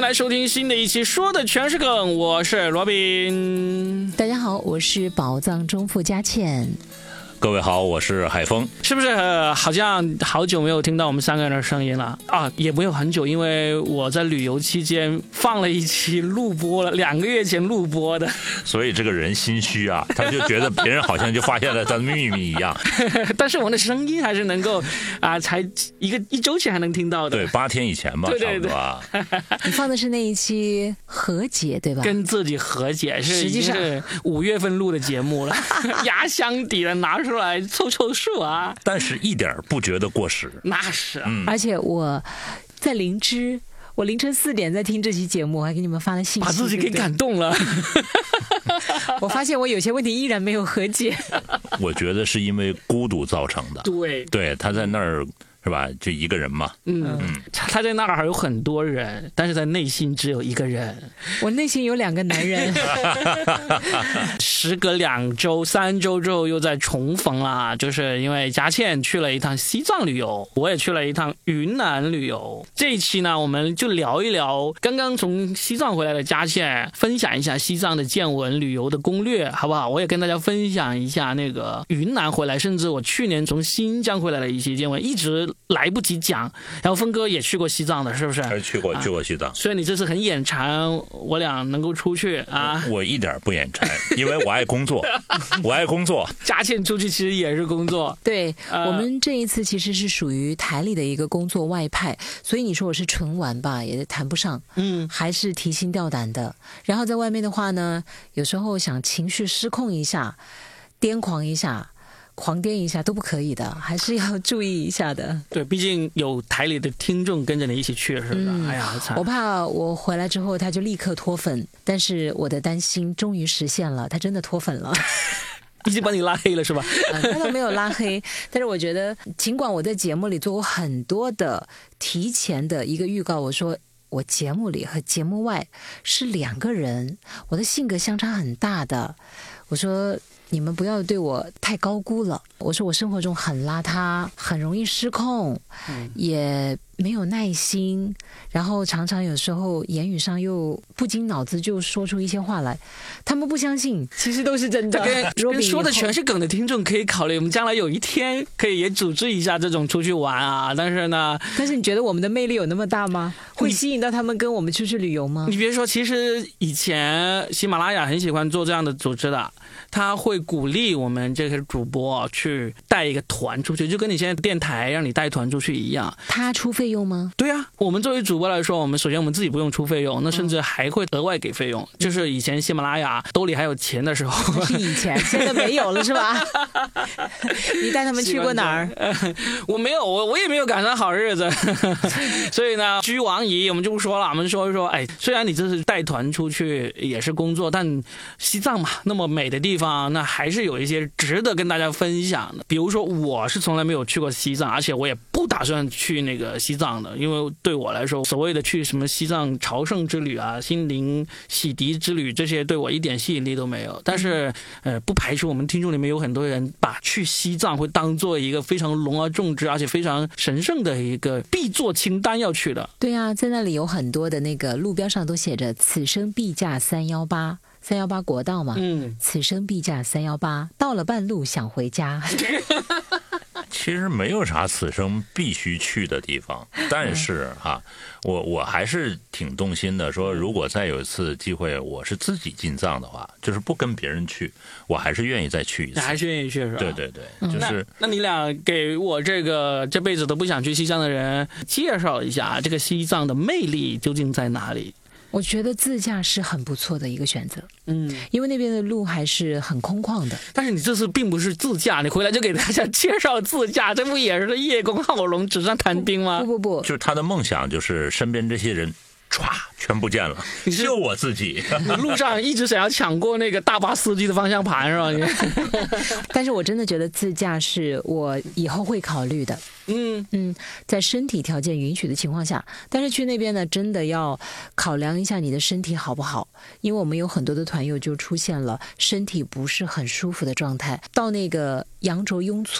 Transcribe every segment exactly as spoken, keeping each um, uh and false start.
来收听新的一期，说的全是梗，我是罗宾。 大家好，我是宝藏中富佳倩。 各位好，我是海峰。 是不是、呃、好像好久没有听到我们三个人的声音了啊？也没有很久，因为我在旅游期间放了一期录播了，两个月前录播的。 所以这个人心虚啊，他就觉得别人好像就发现了他的秘密一样。 但是我的声音还是能够啊、才一个一周前还能听到的。 对，八天以前吧， 对对对， 差不多。 你放的是那一期和解对吧？ 跟自己和解，是实际上是五月份录的节目了，压箱底的拿出来凑凑数啊， 但是一点不觉得过时。 那是、啊嗯、 而且我在灵芝，我凌晨四点在听这期节目，我还给你们发了信息， 把自己给感动了。 我发现我有些问题依然没有和解。 我觉得是因为孤独造成的。 对， 对，他在那儿是吧？就一个人嘛。 嗯嗯，他在那儿还有很多人，但是在内心只有一个人。 我内心有两个男人。 时隔两周、三周之后又再重逢啦，就是因为佳倩去了一趟西藏旅游，我也去了一趟云南旅游。这一期呢，我们就聊一聊刚刚从西藏回来的佳倩，分享一下西藏的见闻、旅游的攻略，好不好？我也跟大家分享一下那个云南回来，甚至我去年从新疆回来的一些见闻，一直来不及讲。然后峰哥也去过西藏的，是不是？ 还去过，去过西藏。 所以你这次很眼馋，我俩能够出去啊？ 我一点不眼馋，因为我爱工作，我爱工作。 佳倩出去其实也是工作。 对、呃、我们这一次其实是属于台里的一个工作外派，所以你说我是纯玩吧，也谈不上，嗯，还是提心吊胆的。然后在外面的话呢，有时候想情绪失控一下，癫狂一下。狂癫一下都不可以的，还是要注意一下的。 对，毕竟有台里的听众跟着你一起去，是不是？嗯、哎呀， 我怕我回来之后他就立刻脱粉，但是我的担心终于实现了，他真的脱粉了。 已经把你拉黑了是吧？ 嗯、他都没有拉黑，但是我觉得，尽管我在节目里做过很多的提前的一个预告，我说我节目里和节目外是两个人，我的性格相差很大的。我说你们不要对我太高估了。我说我生活中很邋遢，很容易失控，嗯、也没有耐心，然后常常有时候言语上又不经脑子就说出一些话来，他们不相信，其实都是真的。 跟说的全是梗的听众可以考虑，我们将来有一天可以也组织一下这种出去玩啊。但是呢， 但是你觉得我们的魅力有那么大吗？会吸引到他们跟我们出去旅游吗？ 你别说，其实以前喜马拉雅很喜欢做这样的组织的，他会鼓励我们这些主播去带一个团出去，就跟你现在电台让你带团出去一样。 他出费用吗？ 对啊，我们作为主播来说，我们首先我们自己不用出费用，那甚至还会额外给费用。嗯、就是以前喜马拉雅兜里还有钱的时候， 那是以前，现在没有了是吧？你带他们去过哪儿？ 呃、我没有，我我也没有赶上好日子。所以呢，居王仪我们就不说了，我们说一说，哎，虽然你这是带团出去也是工作，但西藏嘛，那么美的地方，那还是有一些值得跟大家分享的。比如说，我是从来没有去过西藏，而且我也不打算去那个西藏的，因为对我来说，所谓的去什么西藏朝圣之旅啊、心灵洗涤之旅，这些对我一点吸引力都没有。但是，呃，不排除我们听众里面有很多人把去西藏会当做一个非常隆而重之，而且非常神圣的一个必做清单要去的。 对啊，在那里有很多的那个路标上都写着"此生必驾三一八"。三幺八国道嘛，嗯，此生必驾三幺八，到了半路想回家。 其实没有啥此生必须去的地方，但是哈、啊，我我还是挺动心的。说如果再有一次机会，我是自己进藏的话，就是不跟别人去，我还是愿意再去一次。 还是愿意去是吧？ 对对对，嗯、就是那。那你俩给我这个这辈子都不想去西藏的人介绍一下，这个西藏的魅力究竟在哪里？ 我觉得自驾是很不错的一个选择，嗯，因为那边的路还是很空旷的。 但是你这次并不是自驾，你回来就给大家介绍自驾，这不也是叶公好龙、纸上谈兵吗？ 不不不， 就是他的梦想，就是身边这些人。唰，全不见了，就我自己。 你路上一直想要抢过那个大巴司机的方向盘是吧？ 但是我真的觉得自驾是我以后会考虑的。嗯嗯，在身体条件允许的情况下，但是去那边呢，真的要考量一下你的身体好不好，因为我们有很多的团友就出现了身体不是很舒服的状态，到那个羊卓雍措。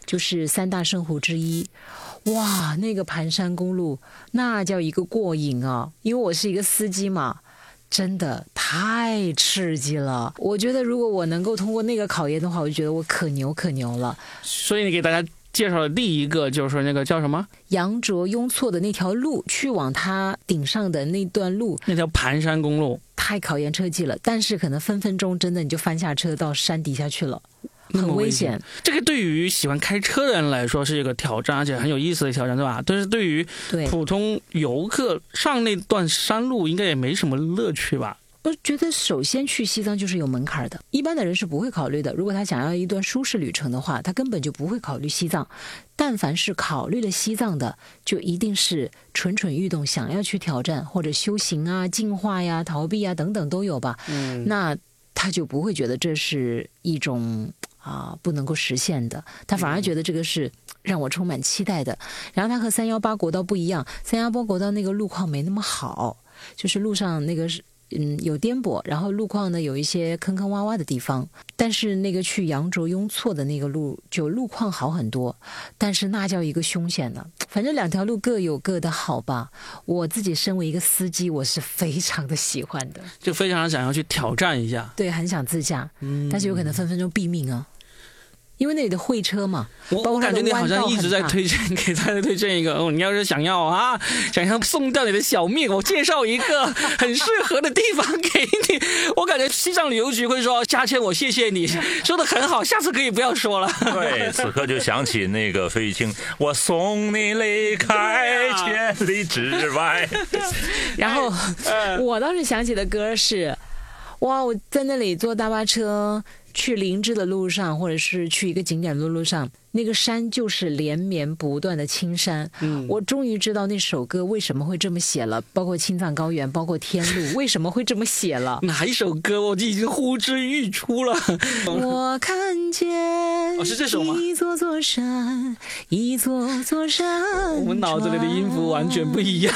就是三大圣湖之一。哇，那个盘山公路那叫一个过瘾啊！因为我是一个司机嘛，真的太刺激了。我觉得如果我能够通过那个考验的话，我就觉得我可牛可牛了。 所以你给大家介绍的第一个就是那个叫什么羊卓雍措的那条路，去往它顶上的那段路， 那条盘山公路太考验车技了，但是可能分分钟真的你就翻下车到山底下去了，很危险。 这个对于喜欢开车的人来说是一个挑战，而且很有意思的挑战，对吧？但是对于普通游客上那段山路应该也没什么乐趣吧？ 我觉得首先去西藏就是有门槛的，一般的人是不会考虑的。如果他想要一段舒适旅程的话，他根本就不会考虑西藏。但凡是考虑了西藏的，就一定是蠢蠢欲动，想要去挑战或者修行啊、进化呀、逃避啊等等都有吧。嗯，那他就不会觉得这是一种啊不能够实现的，他反而觉得这个是让我充满期待的。然后他和三幺八国道不一样，三幺八国道那个路况没那么好，就是路上那个是。嗯，有颠簸，然后路况呢有一些坑坑洼洼的地方，但是那个去羊卓雍措的那个路就路况好很多，但是那叫一个凶险呢。反正两条路各有各的好吧。我自己身为一个司机，我是非常的喜欢的， 就非常想要去挑战一下。 对，很想自驾，嗯，但是有可能分分钟毙命啊。因为那里的会车嘛， 我感觉你好像一直在推荐给大家推荐一个哦，你要是想要啊，想要送掉你的小命，我介绍一个很适合的地方给你。我感觉西藏旅游局会说嘉谦，我谢谢你说的很好，下次可以不要说了。 对，此刻就想起那个费玉清，我送你离开千里之外。 然后我当时想起的歌是，哇，我在那里坐大巴车。去林芝的路上，或者是去一个景点的路上，那个山就是连绵不断的青山。嗯，我终于知道那首歌为什么会这么写了，包括青藏高原，包括天路，为什么会这么写了？ 哪一首歌我已经呼之欲出了。 我看见哦，是这首吗？ 一座座山，一座座山。 我们脑子里的音符完全不一样。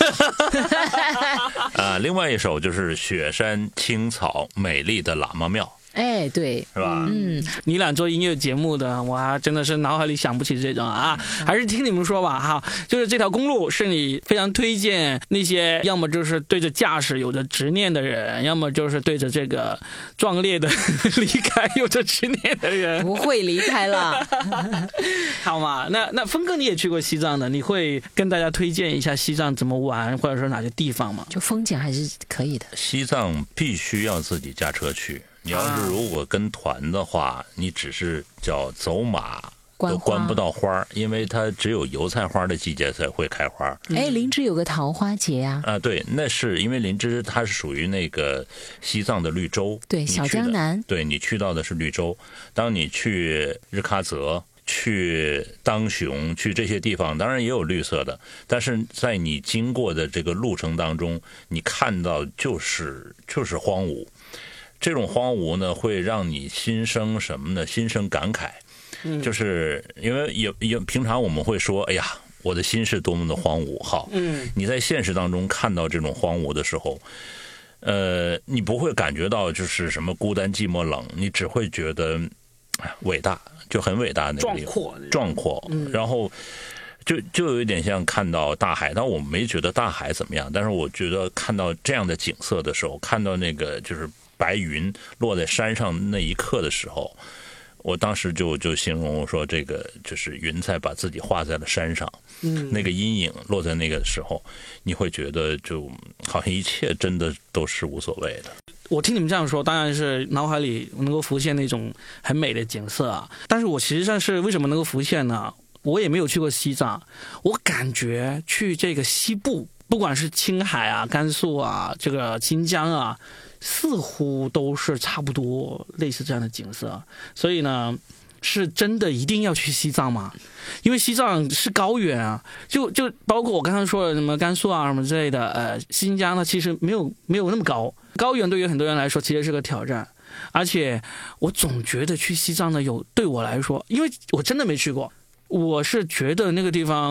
啊，另外一首就是雪山青草美丽的喇嘛庙。 哎，对， 是吧？ 嗯， 你俩做音乐节目的，我还真的是脑海里想不起这种啊，还是听你们说吧哈。就是这条公路是你非常推荐那些要么就是对着驾驶有着执念的人，要么就是对着这个壮烈的离开有着执念的人。 不会离开了， 好嘛？那那峰哥你也去过西藏的，你会跟大家推荐一下西藏怎么玩，或者说哪些地方吗？ 就风景还是可以的。 西藏必须要自己驾车去。你要是如果跟团的话，你只是叫走马都关不到花，因为它只有油菜花的季节才会开花。 哎，林芝有个桃花节呀、 啊。啊，对，那是因为林芝它是属于那个西藏的绿洲， 对，小江南。 对，你去到的是绿洲。当你去日喀则、去当雄、去这些地方，当然也有绿色的，但是在你经过的这个路程当中，你看到就是就是荒芜。这种荒芜呢，会让你心生什么呢？心生感慨，嗯、就是因为有有平常我们会说，哎呀，我的心是多么的荒芜。好，嗯，你在现实当中看到这种荒芜的时候，呃，你不会感觉到就是什么孤单、寂寞、冷，你只会觉得伟大，就很伟大那个地方，壮阔，壮阔，嗯、然后。就就有一点像看到大海，但我没觉得大海怎么样，但是我觉得看到这样的景色的时候，看到那个就是白云落在山上那一刻的时候，我当时就就形容说，这个就是云彩把自己画在了山上，嗯，那个阴影落在那个时候，你会觉得就好像一切真的都是无所谓的。 我听你们这样说，当然是脑海里能够浮现那种很美的景色啊，但是我实际上是为什么能够浮现呢？我也没有去过西藏，我感觉去这个西部，不管是青海啊、甘肃啊、这个新疆啊，似乎都是差不多类似这样的景色。所以呢，是真的一定要去西藏吗？因为西藏是高原啊，就就包括我刚才说的什么甘肃啊什么之类的，呃，新疆呢其实没有没有那么高，高原对于很多人来说其实是个挑战。而且我总觉得去西藏呢有对我来说，因为我真的没去过。我是觉得那个地方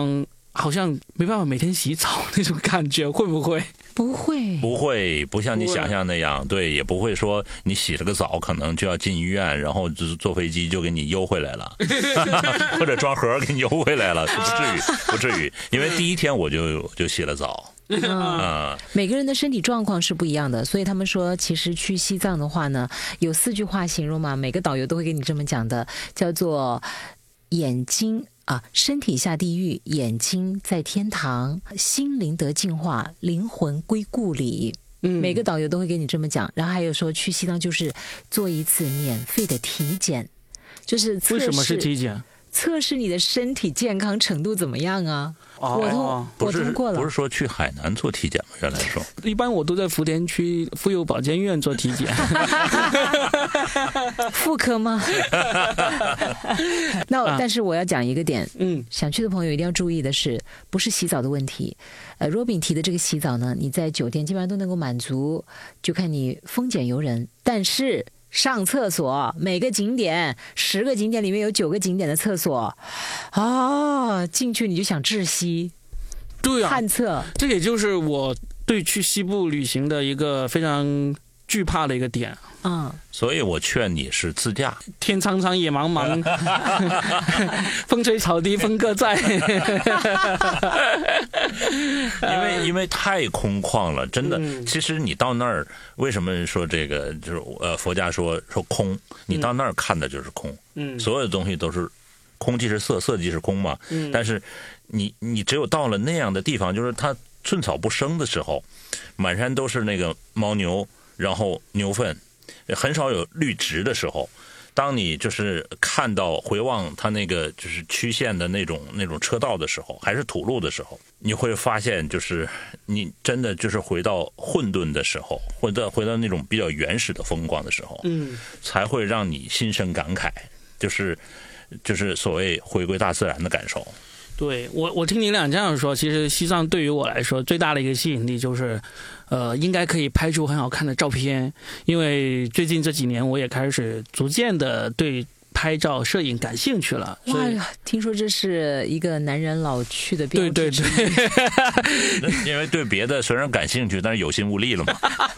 好像没办法每天洗澡那种感觉，会不会？ 不会， 不会，不像你想象那样，对，也不会说你洗了个澡可能就要进医院，然后就是坐飞机就给你邮回来了，或者装盒给你邮回来了，不至于，不至于，因为第一天我就就洗了澡。 嗯， 嗯， 每个人的身体状况是不一样的，所以他们说，其实去西藏的话呢，有四句话形容嘛，每个导游都会给你这么讲的，叫做眼睛啊，身体下地狱，眼睛在天堂，心灵得净化，灵魂归故里。 嗯， 每个导游都会给你这么讲。然后还有说去西藏就是做一次免费的体检，就是测试为什么是体检？ 测试你的身体健康程度怎么样啊？ 哦、 我通我通过了。 不是说去海南做体检吗？原来说， 一般我都在福田区妇幼保健院做体检。 妇科吗？那、啊、但是我要讲一个点， 嗯， 想去的朋友一定要注意的是，不是洗澡的问题。呃 ，Robin 提的这个洗澡呢，你在酒店基本上都能够满足，就看你丰俭由人，但是。上厕所，每个景点十个景点里面有九个景点的厕所，啊，进去你就想窒息， 对啊， 旱厕。 这也就是我对去西部旅行的一个非常惧怕的一个点。 嗯， 所以我劝你是自驾， 天苍苍，野茫茫，风吹草低风各在。 因为因为太空旷了，真的。 嗯、 其实你到那儿，为什么说这个就是呃佛家说说空？你到那儿看的就是空， 嗯， 所有的东西都是空，即是色，色即是空嘛。 嗯， 但是你你只有到了那样的地方，就是它寸草不生的时候，满山都是那个牦牛，然后牛粪。很少有绿植的时候，当你就是看到回望它那个就是曲线的那种那种车道的时候，还是土路的时候，你会发现就是你真的就是回到混沌的时候，回到回到那种比较原始的风光的时候， 嗯， 才会让你心生感慨，就是就是所谓回归大自然的感受。 对，我我听你俩这样说，其实西藏对于我来说最大的一个吸引力就是，呃，应该可以拍出很好看的照片。因为最近这几年我也开始逐渐的对拍照摄影感兴趣了。 哇呀，听说这是一个男人老去的标志。 对对对， 因为对别的虽然感兴趣，但是有心无力了嘛。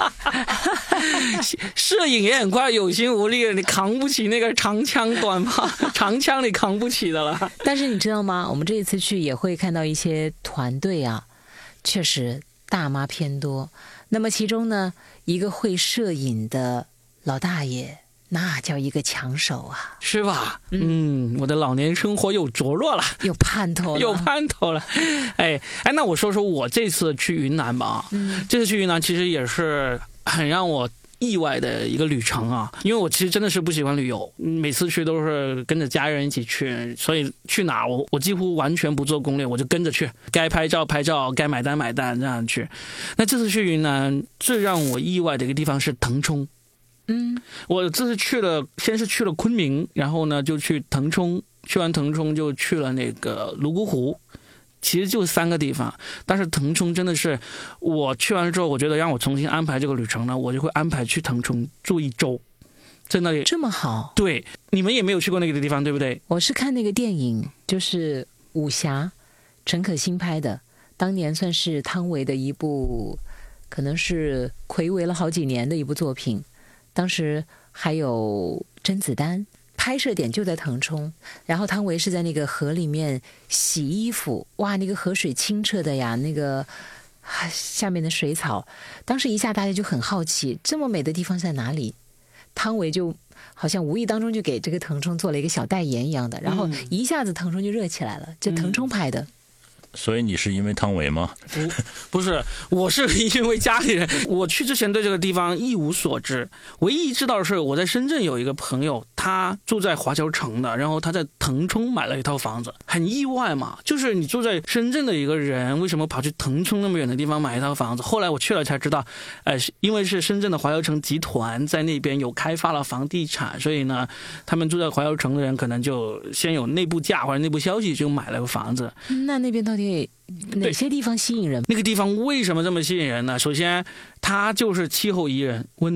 摄影也很快有心无力了，你扛不起那个长枪短炮，长枪你扛不起的了。 但是你知道吗？我们这一次去也会看到一些团队啊，确实大妈偏多。那么其中呢，一个会摄影的老大爷，那叫一个抢手啊， 是吧？嗯，我的老年生活有着落了， 有盼头了， 有盼头了。哎哎，那我说说我这次去云南吧。 嗯， 这次去云南其实也是很让我意外的一个旅程啊，因为我其实真的是不喜欢旅游，每次去都是跟着家人一起去，所以去哪我我几乎完全不做攻略，我就跟着去，该拍照拍照，该买单买单这样去。那这次去云南最让我意外的一个地方是腾冲。 嗯， 我这次去了，先是去了昆明，然后呢就去腾冲，去完腾冲就去了那个泸沽湖。其实就三个地方，但是腾冲真的是我去完之后，我觉得让我重新安排这个旅程呢，我就会安排去腾冲住一周，在那里。 这么好？ 对，你们也没有去过那个地方，对不对？ 我是看那个电影，就是武侠，陈可辛拍的，当年算是汤唯的一部，可能是睽违了好几年的一部作品。当时还有甄子丹。拍摄点就在腾冲，然后汤唯是在那个河里面洗衣服，哇，那个河水清澈的呀，那个下面的水草，当时一下大家就很好奇，这么美的地方在哪里？汤唯就好像无意当中就给这个腾冲做了一个小代言一样的，然后一下子腾冲就热起来了，这腾冲拍的。 所以你是因为汤唯吗？ 不，不是，我是因为家里人。我去之前对这个地方一无所知，唯一知道的是我在深圳有一个朋友，他住在华侨城的，然后他在腾冲买了一套房子，很意外嘛。就是你住在深圳的一个人，为什么跑去腾冲那么远的地方买一套房子？后来我去了才知道，呃，因为是深圳的华侨城集团在那边有开发了房地产，所以呢，他们住在华侨城的人可能就先有内部价或者内部消息就买了个房子。 那那边到底哪些地方吸引人？ 那个地方为什么这么吸引人呢？首先，它就是气候宜人、温暖，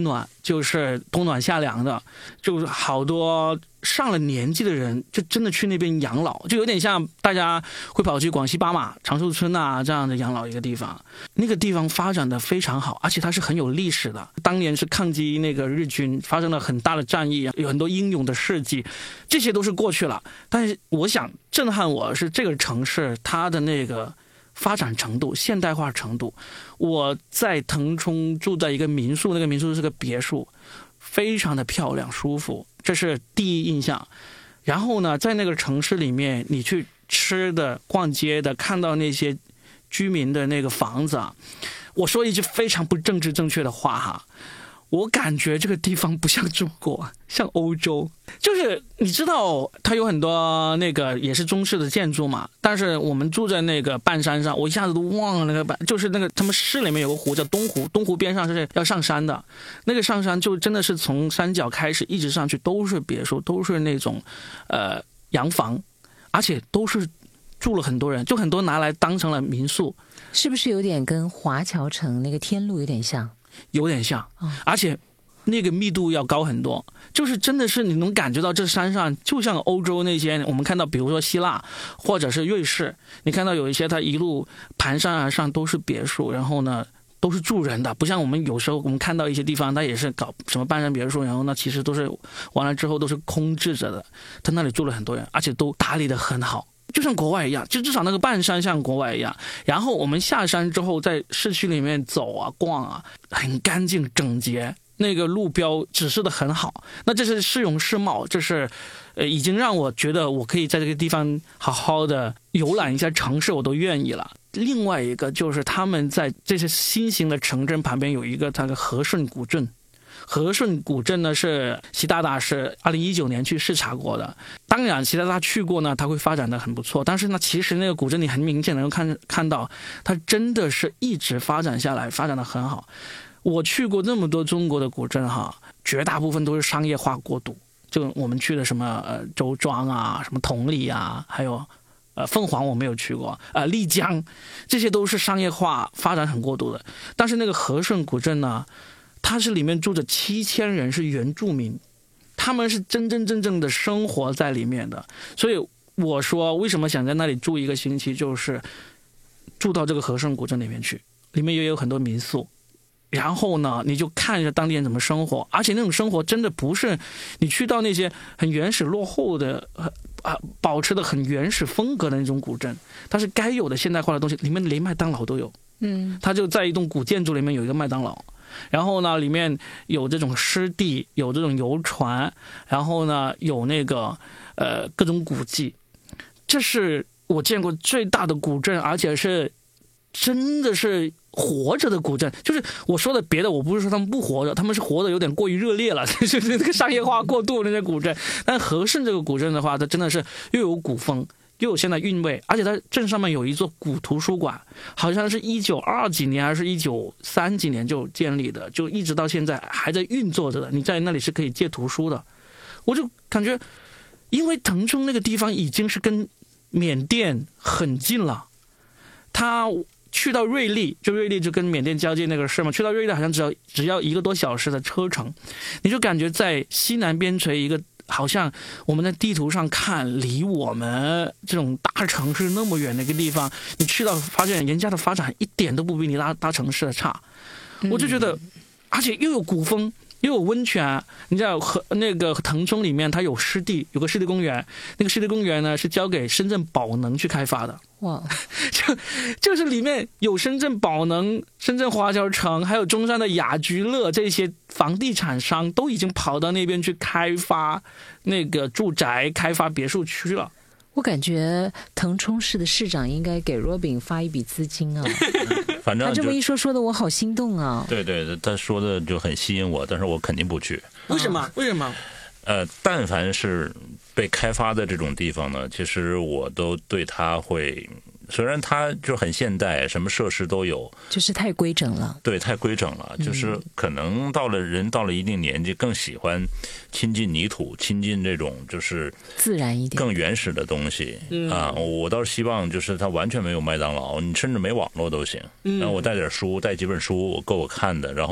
就是冬暖夏凉的，就是好多上了年纪的人就真的去那边养老，就有点像大家会跑去广西巴马长寿村啊这样的养老一个地方。那个地方发展的非常好，而且它是很有历史的，当年是抗击那个日军，发生了很大的战役，有很多英勇的事迹，这些都是过去了。但是我想震撼我是这个城市它的那个发展程度、现代化程度。我在腾冲住在一个民宿，那个民宿是个别墅，非常的漂亮舒服，这是第一印象。然后呢，在那个城市里面，你去吃的、逛街的，看到那些居民的那个房子啊，我说一句非常不政治正确的话哈，我感觉这个地方不像中国，像欧洲。就是你知道它有很多那个也是中式的建筑嘛，但是我们住在那个半山上，我一下子都忘了那个半，就是那个他们市里面有个湖叫东湖，东湖边上是要上山的，那个上山就真的是从山脚开始一直上去都是别墅，都是那种呃洋房，而且都是住了很多人，就很多拿来当成了民宿。 是不是有点跟华侨城那个天路有点像？ 有点像，而且那个密度要高很多，就是真的是你能感觉到这山上就像欧洲那些我们看到比如说希腊或者是瑞士，你看到有一些它一路盘山而上都是别墅，然后呢都是住人的，不像我们有时候我们看到一些地方它也是搞什么半山别墅，然后呢其实都是完了之后都是空置着的，它那里住了很多人，而且都打理得很好，就像国外一样，就至少那个半山像国外一样。然后我们下山之后在市区里面走啊逛啊，很干净整洁，那个路标指示的很好，那这是市容市貌，这是呃已经让我觉得我可以在这个地方好好的游览一下城市，我都愿意了。另外一个就是他们在这些新型的城镇旁边有一个它的和顺古镇，和顺古镇呢是习大大是二零一九年去视察过的，当然习大大去过呢，他会发展的很不错，但是呢，其实那个古镇你很明显能够看看到，它真的是一直发展下来，发展的很好。我去过那么多中国的古镇哈，绝大部分都是商业化过度，就我们去的什么呃周庄啊，什么同里啊，还有呃凤凰我没有去过，呃丽江，这些都是商业化发展很过度的。但是那个和顺古镇呢，它是里面住着七千人是原住民，他们是真真正正的生活在里面的。所以我说为什么想在那里住一个星期，就是住到这个和顺古镇里面去，里面也有很多民宿，然后呢你就看着当地人怎么生活，而且那种生活真的不是你去到那些很原始落后的啊保持的很原始风格的那种古镇，它是该有的现代化的东西，里面连麦当劳都有。嗯，它就在一栋古建筑里面有一个麦当劳，然后呢里面有这种湿地，有这种游船，然后呢有那个呃各种古迹，这是我见过最大的古镇，而且是真的是活着的古镇。就是我说的别的，我不是说他们不活着，他们是活得有点过于热烈了，就是那个商业化过度的那些古镇。但和顺这个古镇的话，它真的是又有古风又有现代韵味，而且它镇上面有一座古图书馆，好像是一九二几年还是一九三几年就建立的，就一直到现在还在运作着的，你在那里是可以借图书的。我就感觉因为腾冲那个地方已经是跟缅甸很近了，他去到瑞丽，就瑞丽就跟缅甸交界那个市嘛，去到瑞丽好像只要只要一个多小时的车程，你就感觉在西南边陲一个好像我们在地图上看离我们这种大城市那么远的一个地方，你去到发现人家的发展一点都不比你大大城市的差。我就觉得而且又有古风又有温泉，你知道和那个腾冲里面它有湿地，有个湿地公园，那个湿地公园呢是交给深圳宝能去开发的。哇，就就是里面有深圳宝能、深圳华侨城，还有中山的雅居乐，这些房地产商都已经跑到那边去开发那个住宅、开发别墅区了。 我感觉腾冲市的市长应该给 Robin 发一笔资金啊。 反正他这么一说，说的我好心动啊。 对对，他说的就很吸引我，但是我肯定不去。 为什么？为什么？ 呃，但凡是被开发的这种地方呢，其实我都对它会，虽然它就很现代，什么设施都有， 就是太规整了。 对，太规整了，就是可能到了人到了一定年纪，更喜欢亲近泥土，亲近这种就是自然一点、 更原始的东西、嗯、啊。我倒是希望就是它完全没有麦当劳，你甚至没网络都行。然后我带点书，带几本书，我够我看的，然后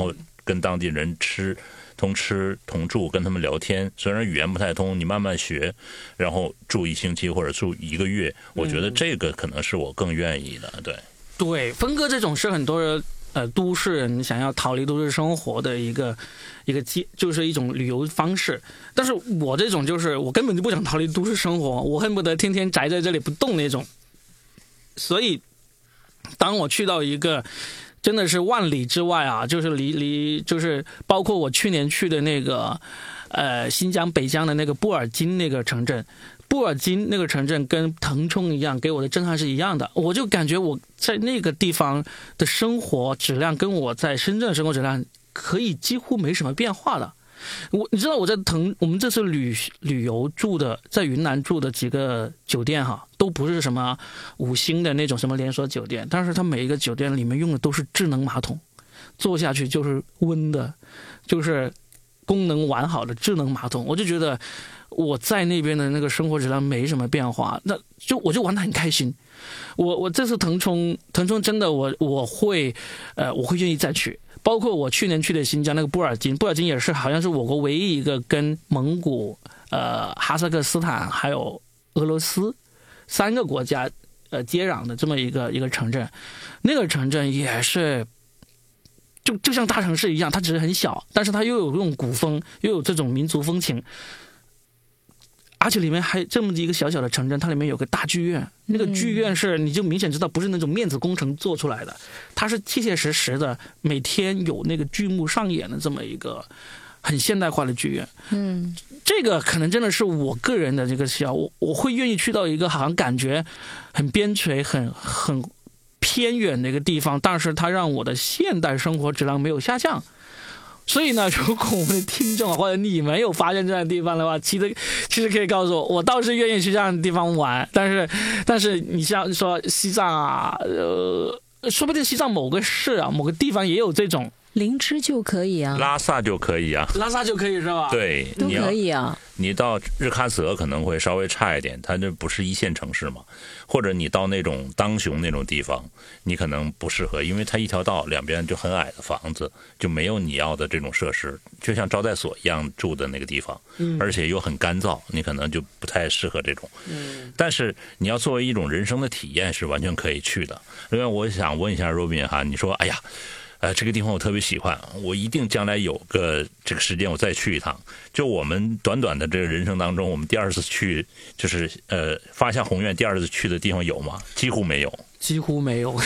跟当地人吃同吃同住，跟他们聊天，虽然语言不太通，你慢慢学，然后住一星期或者住一个月，我觉得这个可能是我更愿意的。对对，峰哥这种是很多人呃都市人想要逃离都市生活的一个一个就是一种旅游方式，但是我这种就是我根本就不想逃离都市生活，我恨不得天天宅在这里不动那种。所以当我去到一个真的是万里之外啊，就是离离就是包括我去年去的那个呃新疆北疆的那个布尔津那个城镇，布尔津那个城镇跟腾冲一样，给我的震撼是一样的。我就感觉我在那个地方的生活质量跟我在深圳的生活质量可以几乎没什么变化的。我你知道我在腾我们这次旅旅游住的在云南住的几个酒店哈，都不是什么五星的那种什么连锁酒店，但是它每一个酒店里面用的都是智能马桶，坐下去就是温的，就是功能完好的智能马桶。我就觉得我在那边的那个生活质量没什么变化，那就我就玩得很开心。我我这次腾冲腾冲真的我我会呃我会愿意再去。包括我去年去的新疆那个布尔津，布尔津也是好像是我国唯一一个跟蒙古、呃哈萨克斯坦还有俄罗斯三个国家呃接壤的这么一个一个城镇。那个城镇也是就就像大城市一样，它只是很小，但是它又有这种古风，又有这种民族风情。而且里面还这么一个小小的城镇，它里面有个大剧院，那个剧院是你就明显知道不是那种面子工程做出来的，它是切切实实的，每天有那个剧目上演的这么一个很现代化的剧院。 嗯， 这个可能真的是我个人的这个需要，我我会愿意去到一个好像感觉很边陲、很很偏远的一个地方，但是它让我的现代生活质量没有下降。所以呢，如果我们的听众或者你们有发现这样的地方的话，其实其实可以告诉我，我倒是愿意去这样的地方玩。但是，但是你像说西藏啊，呃，说不定西藏某个市啊、某个地方也有这种。 林芝就可以啊， 拉萨就可以啊， 拉萨就可以是吧？ 对， 都可以啊。 你到日喀则可能会稍微差一点，它这不是一线城市嘛。或者你到那种当雄那种地方，你可能不适合，因为它一条道两边就很矮的房子，就没有你要的这种设施，就像招待所一样住的那个地方，而且又很干燥，你可能就不太适合这种。但是你要作为一种人生的体验，是完全可以去的。另外，我想问一下 Robin 哈，你说，哎呀。呃，这个地方我特别喜欢，我一定将来有个这个时间我再去一趟。就我们短短的这个人生当中，我们第二次去就是呃发下宏愿，第二次去的地方有吗？几乎没有， 几乎没有。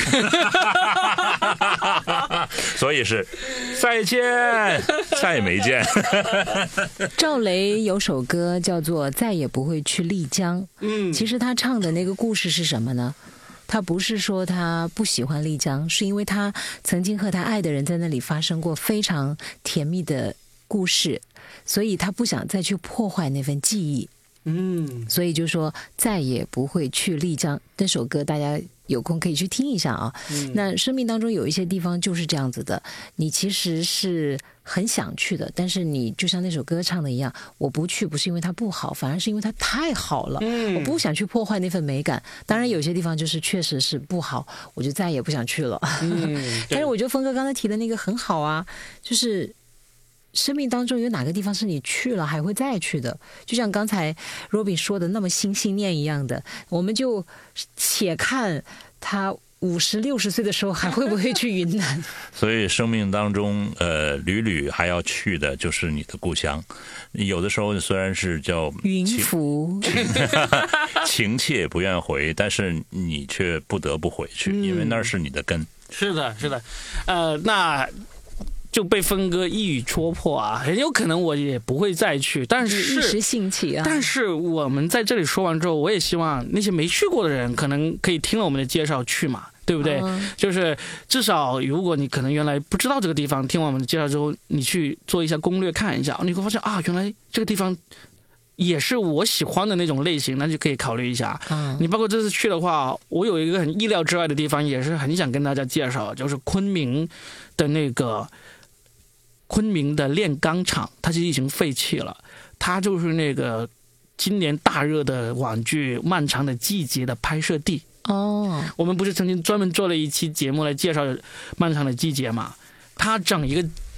所以是再见，再也没见。 赵雷有首歌叫做《再也不会去丽江》，嗯，其实他唱的那个故事是什么呢？他不是说他不喜欢丽江，是因为他曾经和他爱的人在那里发生过非常甜蜜的故事，所以他不想再去破坏那份记忆。嗯，所以就说再也不会去丽江。那首歌大家有空可以去听一下啊。嗯、那生命当中有一些地方就是这样子的，你其实是很想去的，但是你就像那首歌唱的一样，我不去不是因为它不好，反而是因为它太好了。嗯，我不想去破坏那份美感。当然有些地方就是确实是不好，我就再也不想去了。嗯，但是我觉得峰哥刚才提的那个很好啊，就是生命当中有哪个地方是你去了还会再去的？就像刚才 Robin 说的那么心心念一样的，我们就且看他五十六十岁的时候还会不会去云南。 所以生命当中呃屡屡还要去的就是你的故乡。有的时候虽然是叫云浮情切不愿回，但是你却不得不回去，因为那是你的根。 是的是的，呃那就被峰哥一语戳破啊，很有可能我也不会再去，但是一时兴起啊。 但是我们在这里说完之后，我也希望那些没去过的人，可能可以听了我们的介绍去嘛，对不对？嗯、就是至少如果你可能原来不知道这个地方，听完我们的介绍之后，你去做一下攻略看一下，你会发现啊，原来这个地方也是我喜欢的那种类型，那就可以考虑一下。嗯、你包括这次去的话，我有一个很意料之外的地方，也是很想跟大家介绍，就是昆明的那个。昆明的炼钢厂，它其实已经废弃了，它就是那个今年大热的网剧《漫长的季节》的拍摄地。哦，我们不是曾经专门做了一期节目来介绍《漫长的季节》嘛？它整一个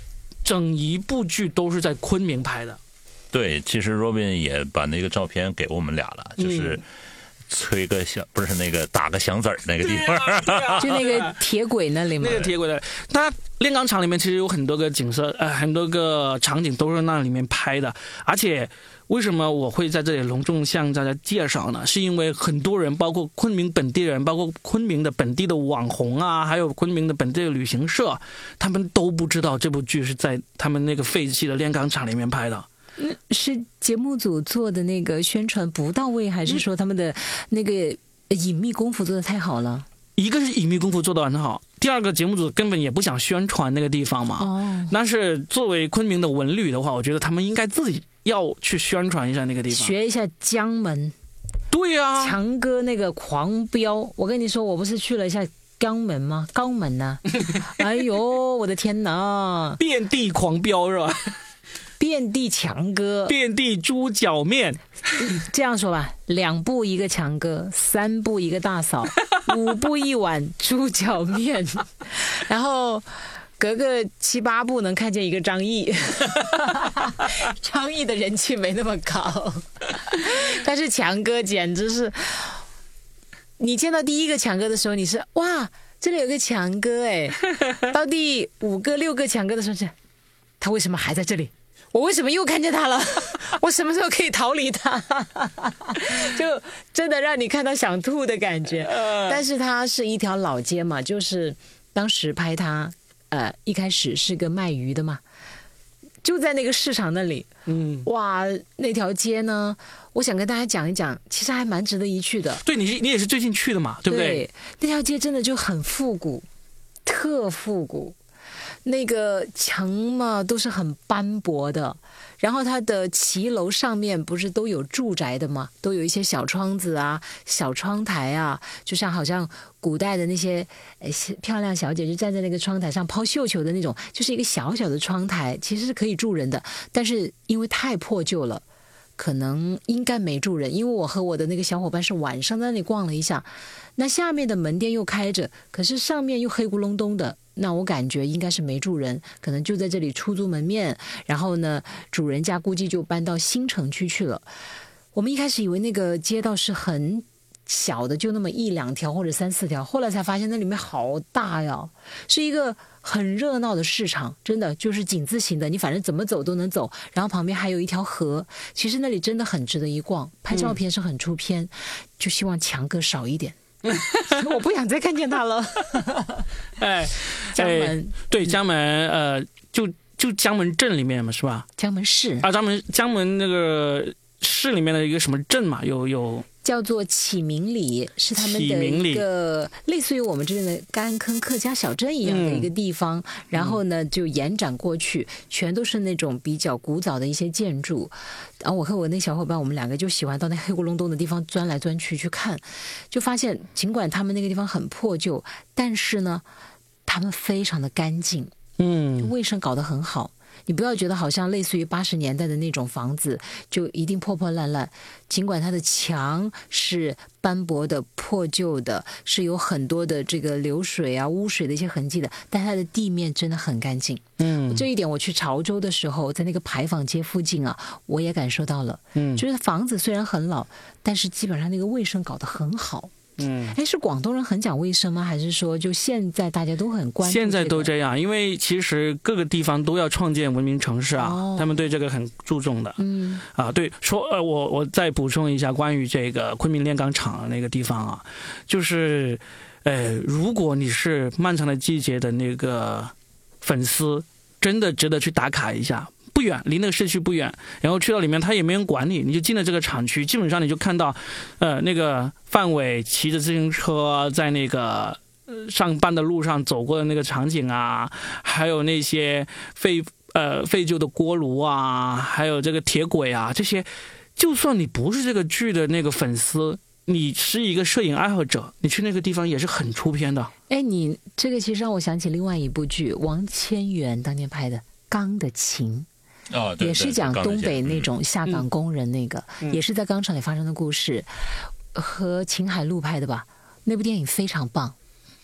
整一部剧都是在昆明拍的。 对，其实 Robin 也把那个照片给我们俩了，就是吹个响，不是那个打个响子儿那个地方， 对啊对啊、 就那个铁轨那里嘛。 那个铁轨的，它炼钢厂里面其实有很多个景色，呃，很多个场景都是那里面拍的。而且为什么我会在这里隆重向大家介绍呢？是因为很多人，包括昆明本地人，包括昆明的本地的网红啊，还有昆明的本地的旅行社，他们都不知道这部剧是在他们那个废弃的炼钢厂里面拍的。 嗯，是节目组做的那个宣传不到位，还是说他们的那个隐秘功夫做得太好了？ 一个是隐秘功夫做得很好，第二个节目组根本也不想宣传那个地方嘛。哦。但是作为昆明的文旅的话，我觉得他们应该自己要去宣传一下那个地方， 学一下江门。 对啊， 强哥那个狂飙，我跟你说，我不是去了一下江门吗？肛门呐、啊！哎呦，我的天哪！ 遍地狂飙是吧？ 遍地强哥， 遍地猪脚面。 这样说吧，两步一个强哥，三步一个大嫂，五步一碗猪脚面，然后隔个七八步能看见一个张译。张译的人气没那么高，但是强哥简直是，你见到第一个强哥的时候，你是哇，这里有个强哥哎，到第五个六个强哥的时候是，他为什么还在这里？我为什么又看见他了？我什么时候可以逃离他？就真的让你看到想吐的感觉。但是它是一条老街嘛，就是当时拍它，呃，一开始是个卖鱼的嘛，就在那个市场那里。嗯，哇，那条街呢，我想跟大家讲一讲，其实还蛮值得一去的。 对，你你也是最近去的嘛，对不对？ 对，那条街真的就很复古，特复古。那个墙嘛都是很斑驳的，然后它的骑楼上面不是都有住宅的吗？都有一些小窗子啊、小窗台啊，就像好像古代的那些呃漂亮小姐就站在那个窗台上抛绣球的那种，就是一个小小的窗台，其实是可以住人的，但是因为太破旧了，可能应该没住人。因为我和我的那个小伙伴是晚上在那里逛了一下，那下面的门店又开着，可是上面又黑咕隆咚的。那我感觉应该是没住人，可能就在这里出租门面，然后呢，主人家估计就搬到新城区去了。我们一开始以为那个街道是很小的，就那么一两条或者三四条，后来才发现那里面好大呀，是一个很热闹的市场，真的就是井字形的，你反正怎么走都能走，然后旁边还有一条河，其实那里真的很值得一逛，拍照片是很出片，嗯、就希望强哥少一点。我不想再看见他了。 哎， 江门、哎、 对江门，呃，就就江门镇里面嘛，是吧？ 江门市啊，江门江门那个市里面的一个什么镇嘛，有有叫做启明里，是他们的一个类似于我们这边的干坑客家小镇一样的一个地方。嗯、然后呢，就延展过去，全都是那种比较古早的一些建筑。然后我和我那小伙伴，我们两个就喜欢到那黑咕隆咚的地方钻来钻去去看，就发现尽管他们那个地方很破旧，但是呢，他们非常的干净，嗯，卫生搞得很好。你不要觉得好像类似于八十年代的那种房子就一定破破烂烂，尽管它的墙是斑驳的、破旧的，是有很多的这个流水啊、污水的一些痕迹的，但它的地面真的很干净。嗯，这一点我去潮州的时候，在那个牌坊街附近啊，我也感受到了。嗯，就是房子虽然很老，但是基本上那个卫生搞得很好。嗯，哎，是广东人很讲卫生吗？还是说就现在大家都很关注、这个？ 现在都这样，因为其实各个地方都要创建文明城市啊，哦、他们对这个很注重的。嗯，啊，对，说呃，我我再补充一下关于这个昆明炼钢厂那个地方啊，就是，呃，如果你是漫长的季节的那个粉丝，真的值得去打卡一下。不远，离那个市区不远，然后去到里面，他也没人管你，你就进了这个厂区，基本上你就看到，呃，那个范伟骑着自行车在那个上班的路上走过的那个场景啊，还有那些废呃废旧的锅炉啊，还有这个铁轨啊，这些，就算你不是这个剧的那个粉丝，你是一个摄影爱好者，你去那个地方也是很出片的。 哎，你这个其实让我想起另外一部剧，王千源当年拍的《钢的琴》。 哦，对， 也是讲东北那种下岗工人那个，嗯、也是在钢厂里发生的故事，和秦海璐拍的吧？那部电影非常棒。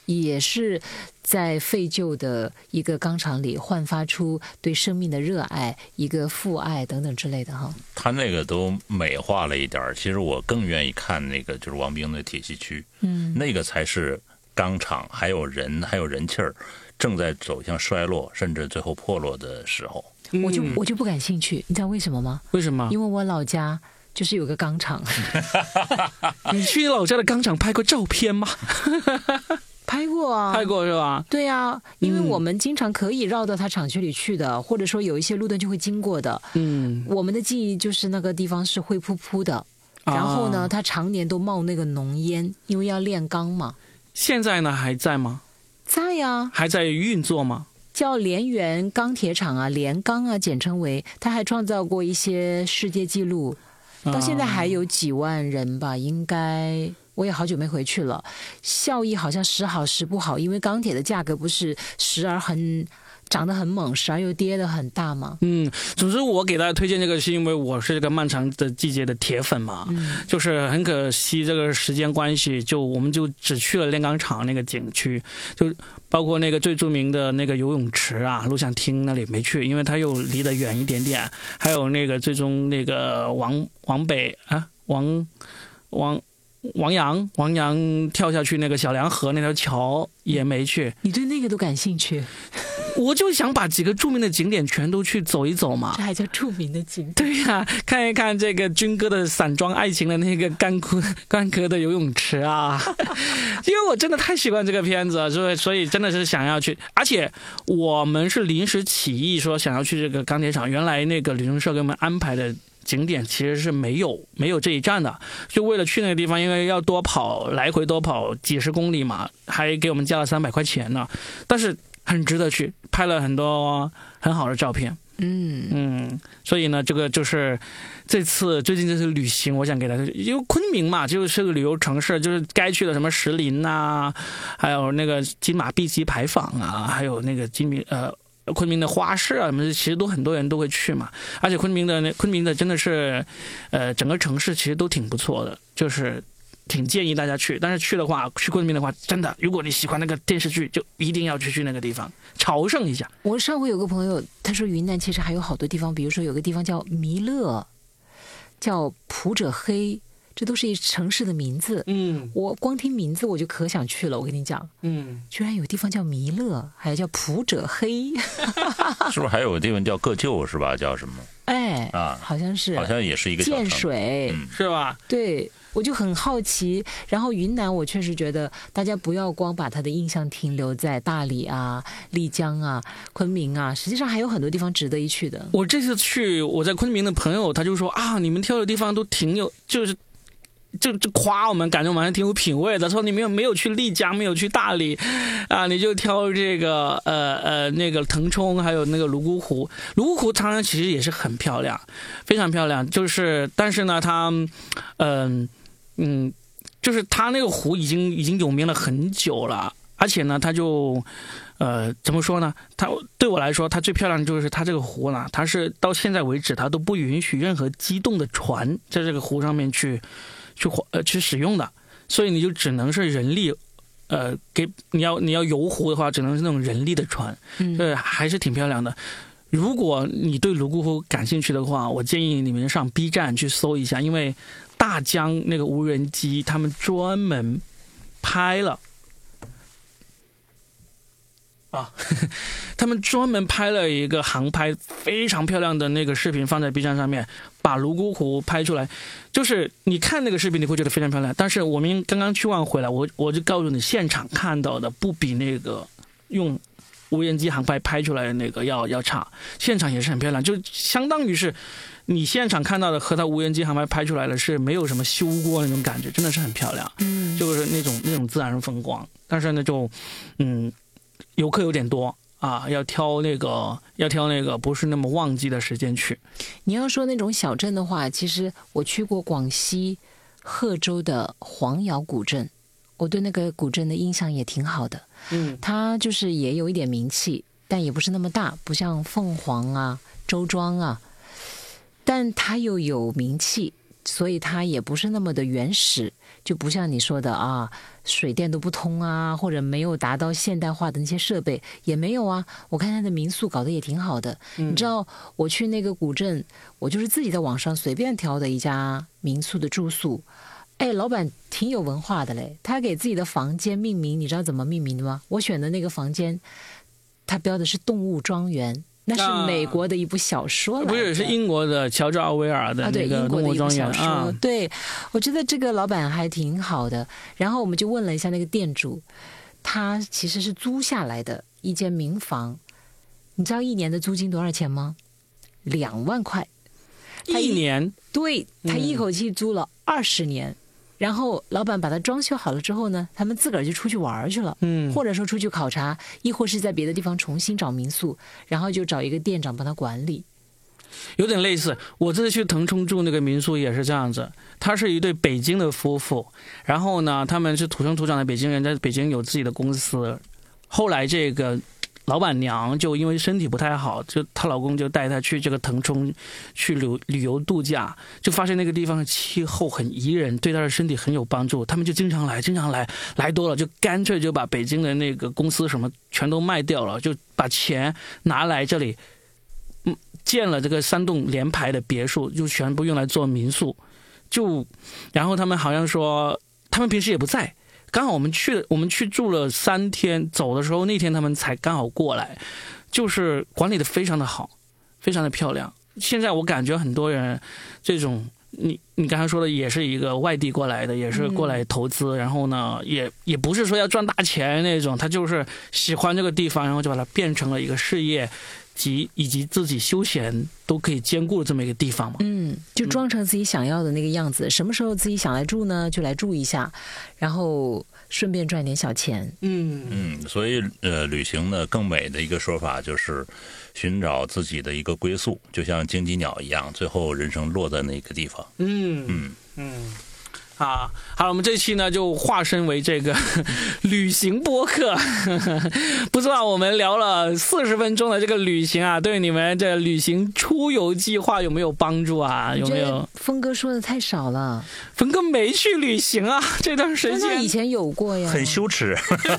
也是在废旧的一个钢厂里焕发出对生命的热爱，一个父爱等等之类的哈。 他那个都美化了一点，其实我更愿意看那个就是王兵的铁西区，嗯，那个才是钢厂还有人还有人气儿正在走向衰落甚至最后破落的时候。 我就我就不感兴趣，你知道为什么吗？ 为什么？ 因为我老家就是有个钢厂。 你去你老家的钢厂拍过照片吗？ 拍过啊， 拍过是吧？ 对啊，因为我们经常可以绕到他厂区里去的，嗯、或者说有一些路段就会经过的。嗯，我们的记忆就是那个地方是灰扑扑的，啊、然后呢，它常年都冒那个浓烟，因为要炼钢嘛。 现在呢还在吗？ 在呀、啊， 还在运作吗？ 叫联源钢铁厂啊，联钢啊，简称为。他还创造过一些世界纪录，到现在还有几万人吧，应该。我也好久没回去了，效益好像时好时不好，因为钢铁的价格不是时而很涨得很猛，时而又跌得很大嘛。 嗯，总之我给大家推荐这个是因为我是这个漫长的季节的铁粉嘛，嗯、就是很可惜这个时间关系，就我们就只去了炼钢厂那个景区，就包括那个最著名的那个游泳池啊、录像厅那里没去，因为它又离得远一点点，还有那个最终那个王王北啊王王。王阳，王阳跳下去那个小梁河那条桥也没去。 你对那个都感兴趣？ 我就想把几个著名的景点全都去走一走嘛。 这还叫著名的景点？ 对呀、啊，看一看这个军哥的散装爱情的那个干枯干涸的游泳池啊。因为我真的太喜欢这个片子了，所以所以真的是想要去。而且我们是临时起意说想要去这个钢铁厂，原来那个旅行社给我们安排的景点其实是没有没有这一站的，就为了去那个地方，因为要多跑来回多跑几十公里嘛，还给我们加了三百块钱呢。但是很值得去，拍了很多很好的照片。嗯嗯，所以呢，这个就是这次最近这次旅行，我想给大家，因为昆明嘛，就是个旅游城市，就是该去的什么石林呐、啊，还有那个金马碧鸡牌坊啊，还有那个金明呃。昆明的花市啊，什么其实都很多人都会去嘛，而且昆明的那昆明的真的是，呃，整个城市其实都挺不错的，就是挺建议大家去。但是去的话，去昆明的话，真的，如果你喜欢那个电视剧，就一定要去去那个地方朝圣一下。 我上回有个朋友，他说云南其实还有好多地方，比如说有个地方叫弥勒，叫普者黑。这都是一城市的名字，嗯，我光听名字我就可想去了。我跟你讲，嗯，居然有地方叫弥勒，还有叫普者黑， 是不是还有个地方叫个旧是吧？叫什么？ 哎，啊，好像是， 好像也是一个建水、 嗯， 是吧？ 对，我就很好奇。然后云南，我确实觉得大家不要光把他的印象停留在大理啊、丽江啊、昆明啊，实际上还有很多地方值得一去的。 我这次去，我在昆明的朋友他就说啊，你们挑的地方都挺有，就是。就就夸我们，感觉我们还挺有品位的。说你没有没有去丽江，没有去大理，啊，你就挑这个呃呃那个腾冲，还有那个泸沽湖。泸沽湖当然其实也是很漂亮，非常漂亮。就是但是呢，它嗯、呃、嗯，就是它那个湖已经已经有名了很久了，而且呢，它就呃怎么说呢？它对我来说，它最漂亮的就是它这个湖呢，它是到现在为止，它都不允许任何机动的船在这个湖上面去。去呃去使用的，所以你就只能是人力，呃，给你要你要游湖的话，只能是那种人力的船，嗯，对，还是挺漂亮的。如果你对泸沽湖感兴趣的话，我建议你们上 B 站去搜一下，因为大疆那个无人机他们专门拍了。啊，他们专门拍了一个航拍非常漂亮的那个视频放在 B 站上面，把泸沽湖拍出来。就是你看那个视频你会觉得非常漂亮，但是我们刚刚去完回来，我我就告诉你，现场看到的不比那个用无人机航拍拍出来的那个要要差，现场也是很漂亮，就相当于是你现场看到的和他无人机航拍拍出来的是没有什么修过那种感觉，真的是很漂亮，嗯，就是那种那种自然风光。但是呢，就嗯。游客有点多啊，要挑那个要挑那个不是那么旺季的时间去。 你要说那种小镇的话，其实我去过广西贺州的黄窑古镇，我对那个古镇的印象也挺好的。嗯，它就是也有一点名气，但也不是那么大，不像凤凰啊、周庄啊，但它又有名气。 所以它也不是那么的原始，就不像你说的啊，水电都不通啊，或者没有达到现代化的那些设备也没有啊。我看它的民宿搞得也挺好的，嗯、你知道我去那个古镇，我就是自己在网上随便挑的一家民宿的住宿。哎，老板挺有文化的嘞，他给自己的房间命名，你知道怎么命名的吗？我选的那个房间，他标的是动物庄园，那是美国的一部小说来的、 啊、不是，是英国的乔治奥威尔的那个动物庄园啊。 啊对，我觉得这个老板还挺好的。然后我们就问了一下那个店主，他其实是租下来的一间民房，你知道一年的租金多少钱吗？两万块。 一年？ 对，他一口气租了二十年。嗯，然后老板把它装修好了之后呢，他们自个儿就出去玩去了，嗯，或者说出去考察，亦或是在别的地方重新找民宿，然后就找一个店长帮他管理。 有点类似，我这次去腾冲住那个民宿也是这样子，他是一对北京的夫妇，然后呢，他们是土生土长的北京人，在北京有自己的公司，后来这个老板娘就因为身体不太好，就她老公就带她去这个腾冲去旅旅游度假，就发现那个地方的气候很宜人，对她的身体很有帮助，他们就经常来经常来，来多了就干脆就把北京的那个公司什么全都卖掉了，就把钱拿来这里嗯建了这个三栋连排的别墅，就全部用来做民宿。就然后他们好像说他们平时也不在，刚好我们去我们去住了三天，走的时候那天他们才刚好过来，就是管理的非常的好，非常的漂亮。现在我感觉很多人这种你你刚才说的也是一个外地过来的，也是过来投资，嗯、然后呢也也不是说要赚大钱那种，他就是喜欢这个地方，然后就把它变成了一个事业及以及自己休闲都可以兼顾这么一个地方嘛。 嗯，就装成自己想要的那个样子，嗯、什么时候自己想来住呢，就来住一下，然后顺便赚点小钱。 嗯嗯，所以呃，旅行呢更美的一个说法就是寻找自己的一个归宿，就像荆棘鸟一样，最后人生落在那个地方。 嗯嗯嗯。啊，好了，我们这期呢就化身为这个旅行播客，不知道我们聊了四十分钟的这个旅行啊，对你们这旅行出游计划有没有帮助啊？有没有？ 峰哥说的太少了， 峰哥没去旅行啊，这段时间。 他以前有过呀， 很羞耻，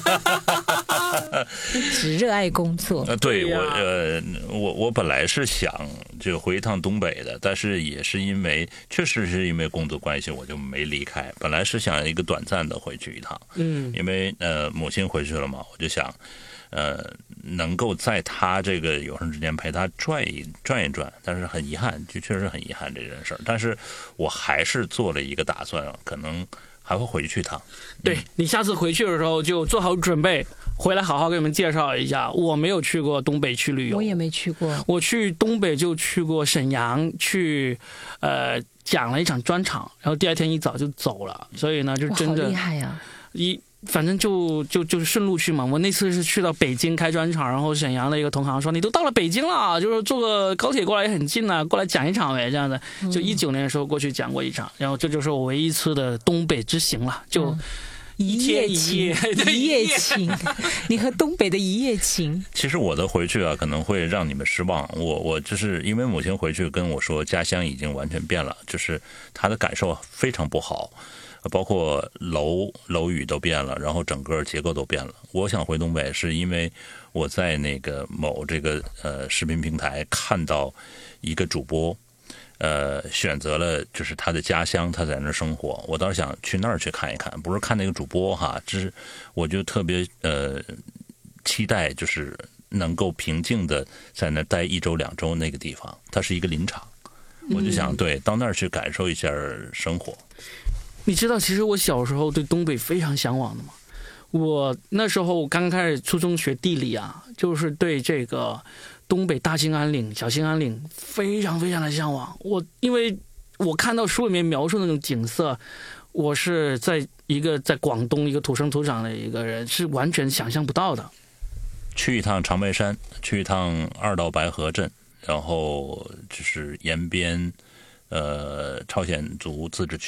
只热爱工作。 呃，对我呃，我我本来是想就回一趟东北的，但是也是因为确实是因为工作关系，我就没离开。本来是想一个短暂的回去一趟，嗯，因为呃母亲回去了嘛，我就想，呃，能够在她这个有生之年陪她转一转一转，但是很遗憾，就确实很遗憾这件事儿。但是我还是做了一个打算，可能还会回去一趟。 对，你下次回去的时候就做好准备，回来好好给你们介绍一下。我没有去过东北去旅游， 我也没去过。 我去东北就去过沈阳，去呃讲了一场专场，然后第二天一早就走了。所以呢，就真的好厉害呀！ 一反正就就就是顺路去嘛。我那次是去到北京开专场，然后沈阳的一个同行说：“你都到了北京了，就是坐个高铁过来也很近啊，过来讲一场呗。”这样的，就一九年的时候过去讲过一场，然后这就是我唯一一次的东北之行了，就。嗯一夜情，一夜情，你和东北的一夜情。 其实我的回去啊，可能会让你们失望。我我就是因为母亲回去跟我说，家乡已经完全变了，就是她的感受非常不好，包括楼楼宇都变了，然后整个结构都变了。我想回东北，是因为我在那个某这个呃视频平台看到一个主播。呃，选择了就是他的家乡，他在那儿生活。我倒是想去那儿去看一看，不是看那个主播哈，只是我就特别呃期待，就是能够平静的在那儿待一周两周那个地方，它是一个林场，我就想对到那儿去感受一下生活。 你知道，其实我小时候对东北非常向往的吗？我那时候刚开始初中学地理啊，就是对这个。东北大兴安岭、小兴安岭非常非常的向往。我因为我看到书里面描述那种景色，我是在一个在广东一个土生土长的一个人，是完全想象不到的。 去一趟长白山，去一趟二道白河镇，然后就是延边，呃，朝鲜族自治区。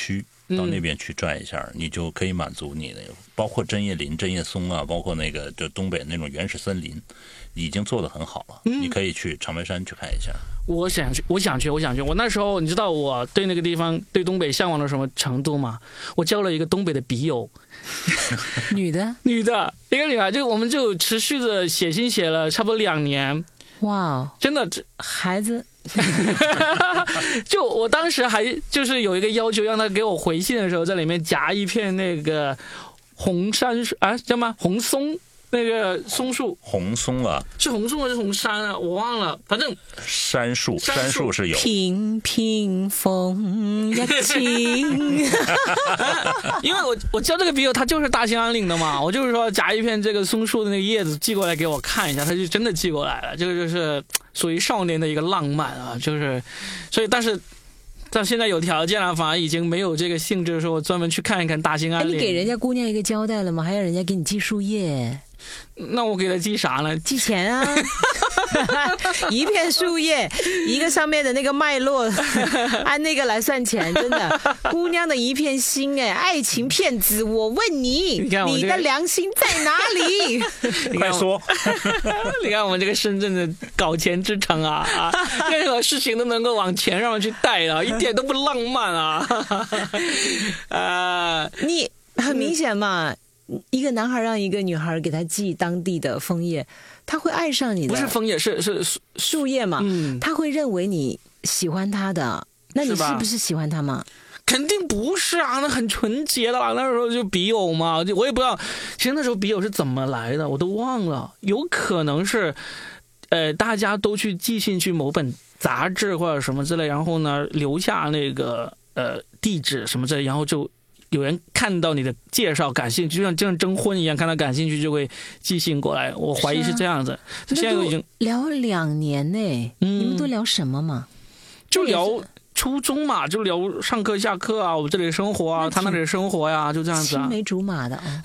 到那边去转一下，嗯、你就可以满足你的，包括针叶林、针叶松啊，包括那个就东北那种原始森林，已经做得很好了。嗯、你可以去长白山去看一下。 我想去，我想去，我想去。我那时候你知道我对那个地方、对东北向往到什么程度吗？我交了一个东北的笔友， 女的， 女的，一个女孩，就我们就持续的写信写了差不多两年。 哇， 真的， 孩子。 就我当时还就是有一个要求，让他给我回信的时候，在里面夹一片那个红杉树啊，叫吗？红松。那个松树， 红松啊， 是红松还是红杉啊？我忘了，反正杉树，杉树是有。 平平风呀轻， 因为我我交这个笔友，他就是大兴安岭的嘛，我就是说夹一片这个松树的那个叶子寄过来给我看一下，他就真的寄过来了，这个就是属于少年的一个浪漫啊，就是所以但是。但现在有条件了，反而已经没有这个兴致，说我专门去看一看大兴安岭。 你给人家姑娘一个交代了吗？还要人家给你寄树叶？ 那我给他寄啥呢？ 寄钱啊！一片树叶，一个上面的那个脉络，按那个来算钱，真的。姑娘的一片心，哎，爱情骗子，我问你， 你看我、这个、 你的良心在哪里？ 快说！ 你看我们这个深圳的搞钱之城啊啊，任何事情都能够往钱上面去带啊，一点都不浪漫啊！啊， 你很明显嘛。一个男孩让一个女孩给他寄当地的枫叶，他会爱上你的。 不是枫叶，是是树叶嘛、嗯？他会认为你喜欢他的，那你是不是喜欢他吗？ 肯定不是啊，那很纯洁的啦。那时候就笔友嘛，我也不知道，其实那时候笔友是怎么来的，我都忘了。有可能是，呃，大家都去寄信去某本杂志或者什么之类，然后呢留下那个呃地址什么之类，然后就。有人看到你的介绍感兴趣，就像就像征婚一样，看到感兴趣就会寄信过来。我怀疑是这样子。是啊、现在都已经聊两年呢、嗯，你们都聊什么嘛？ 就聊初中嘛，就聊上课下课啊，我这里的生活啊，他那里的生活呀、啊，就这样子啊。 青梅竹马的哦。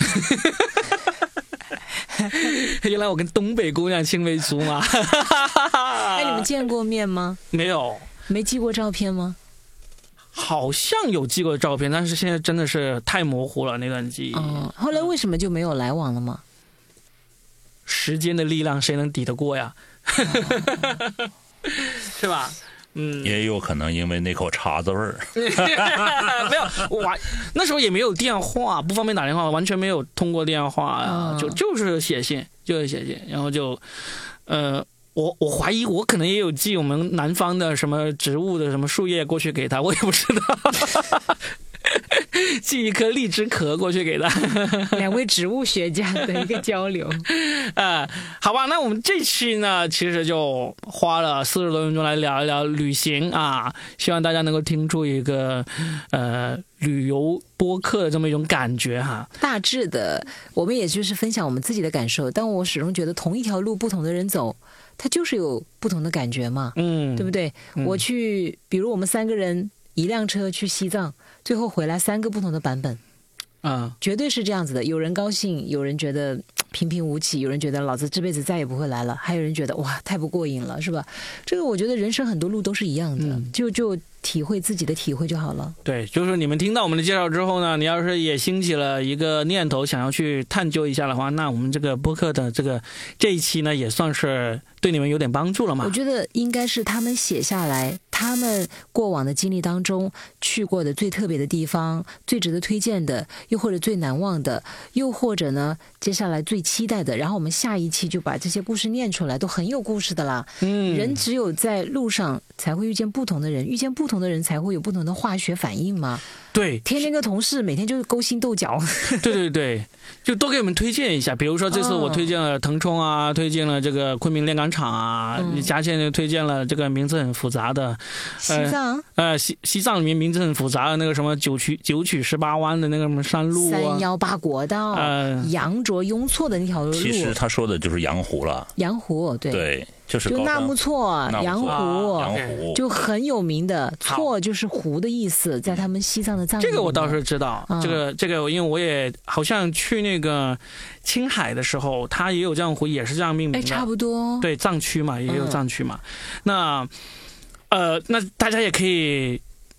原来我跟东北姑娘青梅竹马。 哎，你们见过面吗？ 没有。 没寄过照片吗？ 好像有寄过照片，但是现在真的是太模糊了那段记忆。 哦，后来为什么就没有来往了吗？ 时间的力量谁能抵得过呀？哦、是吧？嗯， 也有可能因为那口碴子味儿。 没有，我那时候也没有电话，不方便打电话，完全没有通过电话呀、啊哦，就就是写信，就是写信，然后就，呃。我我怀疑我可能也有寄我们南方的什么植物的什么树叶过去给他，我也不知道。寄一颗荔枝壳过去给他。 两位植物学家的一个交流。 呃，好吧，那我们这期呢，其实就花了四十多分钟来聊一聊旅行啊，希望大家能够听出一个呃旅游播客的这么一种感觉哈。 大致的，我们也就是分享我们自己的感受，但我始终觉得同一条路，不同的人走。它就是有不同的感觉嘛，嗯，对不对？嗯、我去，比如我们三个人一辆车去西藏，最后回来三个不同的版本， 啊， 绝对是这样子的。有人高兴，有人觉得平平无奇，有人觉得老子这辈子再也不会来了，还有人觉得哇太不过瘾了，是吧？这个我觉得人生很多路都是一样的，嗯、就就体会自己的体会就好了。 对，就是你们听到我们的介绍之后呢，你要是也兴起了一个念头，想要去探究一下的话，那我们这个播客的这个这一期呢，也算是对你们有点帮助了嘛。 我觉得应该是他们写下来，他们过往的经历当中去过的最特别的地方，最值得推荐的，又或者最难忘的，又或者呢，接下来最期待的。然后我们下一期就把这些故事念出来，都很有故事的啦。嗯，人只有在路上才会遇见不同的人，遇见不同的人才会有不同的化学反应嘛。 对， 天天跟同事每天就是勾心斗角。 对对对，就多给我们推荐一下。比如说这次我推荐了腾冲啊，哦、推荐了这个昆明炼钢厂啊，嗯、嘉倩就推荐了这个名字很复杂的西藏。 呃，西西藏里面名字很复杂的那个什么九曲九曲十八弯的那个什么山路啊， 三幺八国道，呃，羊卓雍措的那条路。 其实他说的就是羊湖了。 羊湖，对。 对。就是就纳木错，羊湖， 羊湖就很有名的，错就是湖的意思，在他们西藏的藏这个我倒是知道，嗯、这个这个，因为我也好像去那个青海的时候，它也有这样湖，也是这样命名的， 哎，差不多， 对，藏区嘛，也有藏区嘛。嗯、那呃，那大家也可以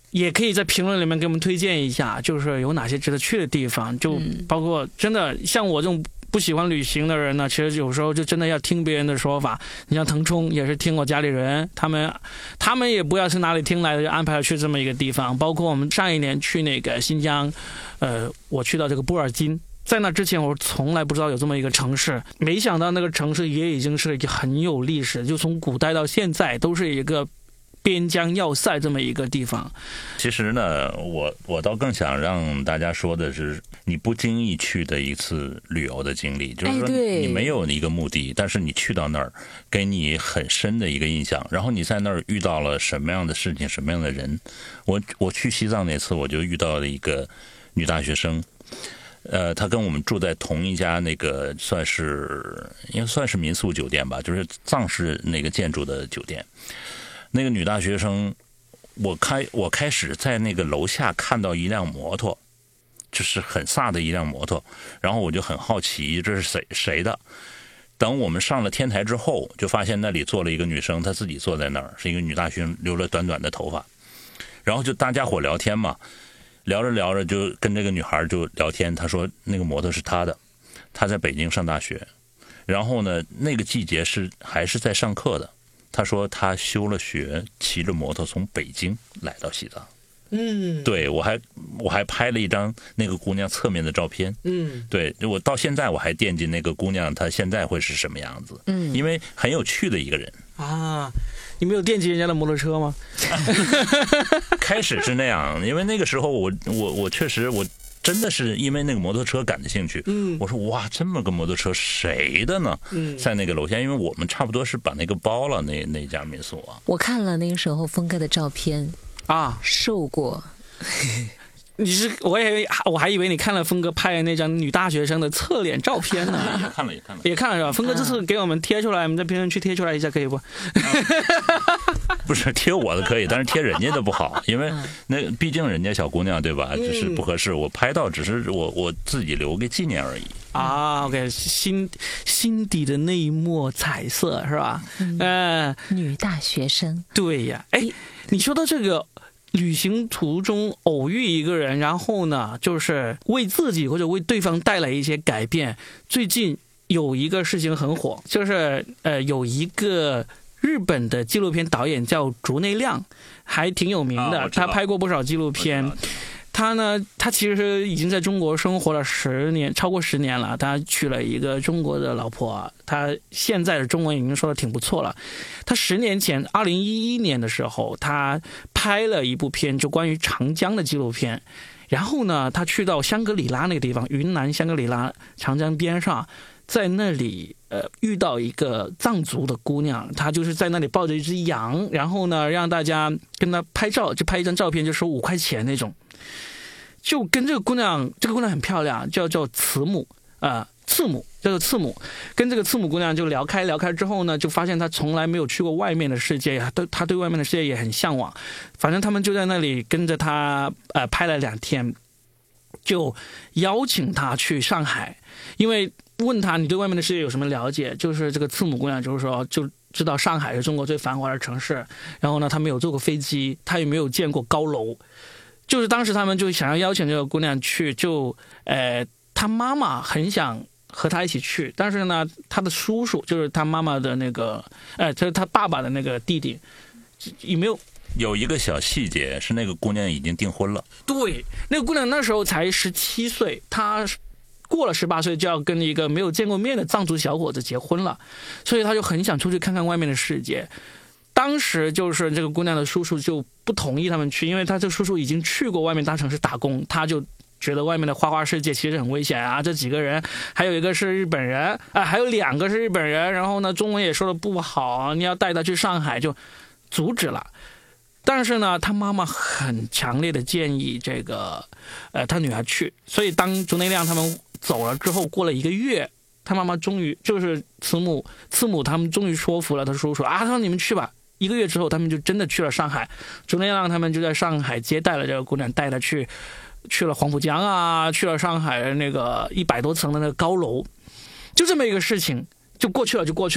也可以在评论里面给我们推荐一下，就是有哪些值得去的地方，就包括真的像我这种不喜欢旅行的人呢，其实有时候就真的要听别人的说法。你像腾冲也是听我家里人，他们他们也不知道是哪里听来的，就安排去这么一个地方。包括我们上一年去那个新疆，呃，我去到这个布尔津，在那之前我从来不知道有这么一个城市，没想到那个城市也已经是很有历史，就从古代到现在都是一个边疆要塞这么一个地方。 其实呢，我我倒更想让大家说的是，你不经意去的一次旅游的经历，就是说你没有一个目的，但是你去到那儿，给你很深的一个印象。然后你在那儿遇到了什么样的事情，什么样的人。我我去西藏那次，我就遇到了一个女大学生。呃，她跟我们住在同一家那个算是应该算是民宿酒店吧，就是藏式那个建筑的酒店。那个女大学生，我开我开始在那个楼下看到一辆摩托，就是很飒的一辆摩托，然后我就很好奇这是谁谁的。等我们上了天台之后，就发现那里坐了一个女生，她自己坐在那儿，是一个女大学生，留了短短的头发。然后就大家伙聊天嘛，聊着聊着就跟这个女孩就聊天，她说那个摩托是她的，她在北京上大学，然后呢那个季节是还是在上课的。他说他休了学，骑着摩托从北京来到西藏。 嗯， 对，我还我还拍了一张那个姑娘侧面的照片。 嗯， 对，我到现在我还惦记那个姑娘，她现在会是什么样子。 嗯， 因为很有趣的一个人啊。你没有惦记人家的摩托车吗？ 开始是那样，因为那个时候我我我确实我。真的是因为那个摩托车感兴趣，嗯，我说哇，这么个摩托车谁的呢？嗯，在那个楼下，因为我们差不多是把那个包了，那那家民宿啊。 我看了那个时候峰哥的照片啊， 瘦过。 你是我也我还以为你看了峰哥拍的那张女大学生的侧脸照片呢。 也看了也看了也看了是吧？峰哥这次给我们贴出来，我们在评论区贴出来一下可以不？啊、 不是贴我的可以，但是贴人家的不好，因为那毕竟人家小姑娘对吧，只是不合适。我拍到只是我我自己留个纪念而已。 啊 ，OK， 心心底的那一抹彩色是吧？嗯，呃、 女大学生。 对呀，哎，你说到这个。旅行途中偶遇一个人，然后呢，就是为自己或者为对方带来一些改变。最近有一个事情很火，就是呃，有一个日本的纪录片导演叫竹内亮，还挺有名的，啊、他拍过不少纪录片。他呢，他其实已经在中国生活了十年，超过十年了。他娶了一个中国的老婆，他现在的中文已经说的挺不错了。他十年前，二零一一年的时候，他拍了一部片，就关于长江的纪录片。然后呢，他去到香格里拉那个地方，云南香格里拉长江边上，在那里呃遇到一个藏族的姑娘，她就是在那里抱着一只羊，然后呢让大家跟她拍照，就拍一张照片，就收五块钱那种。就跟这个姑娘，这个姑娘很漂亮，叫叫慈母啊、呃，次母叫做次母，跟这个次母姑娘就聊开聊开之后呢，就发现她从来没有去过外面的世界，对她对外面的世界也很向往。反正他们就在那里跟着她呃拍了两天，就邀请她去上海，因为问她你对外面的世界有什么了解，就是这个次母姑娘就是说就知道上海是中国最繁华的城市，然后呢她没有坐过飞机，她也没有见过高楼。就是当时他们就想要邀请这个姑娘去，就呃，她妈妈很想和她一起去，但是呢，她的叔叔就是她妈妈的那个，呃，就是她爸爸的那个弟弟，有没有？ 有一个小细节是那个姑娘已经订婚了。 对，那个姑娘那时候才十七岁，她过了十八岁就要跟一个没有见过面的藏族小伙子结婚了，所以她就很想出去看看外面的世界。当时就是这个姑娘的叔叔就不同意他们去，因为他这个叔叔已经去过外面大城市打工，他就觉得外面的花花世界其实很危险啊。这几个人，还有一个是日本人啊，还有两个是日本人，然后呢中文也说的不好，你要带他去上海就阻止了。但是呢，他妈妈很强烈的建议这个呃他女儿去，所以当竹内亮他们走了之后，过了一个月。他妈妈终于就是慈母慈母他们终于说服了他叔叔啊，他说你们去吧。一个月之后，他们就真的去了上海。竹内亮他们就在上海接待了这个姑娘，带她去去了黄浦江啊，去了上海的那个一百多层的那个高楼。就这么一个事情，就过去了，就过去了。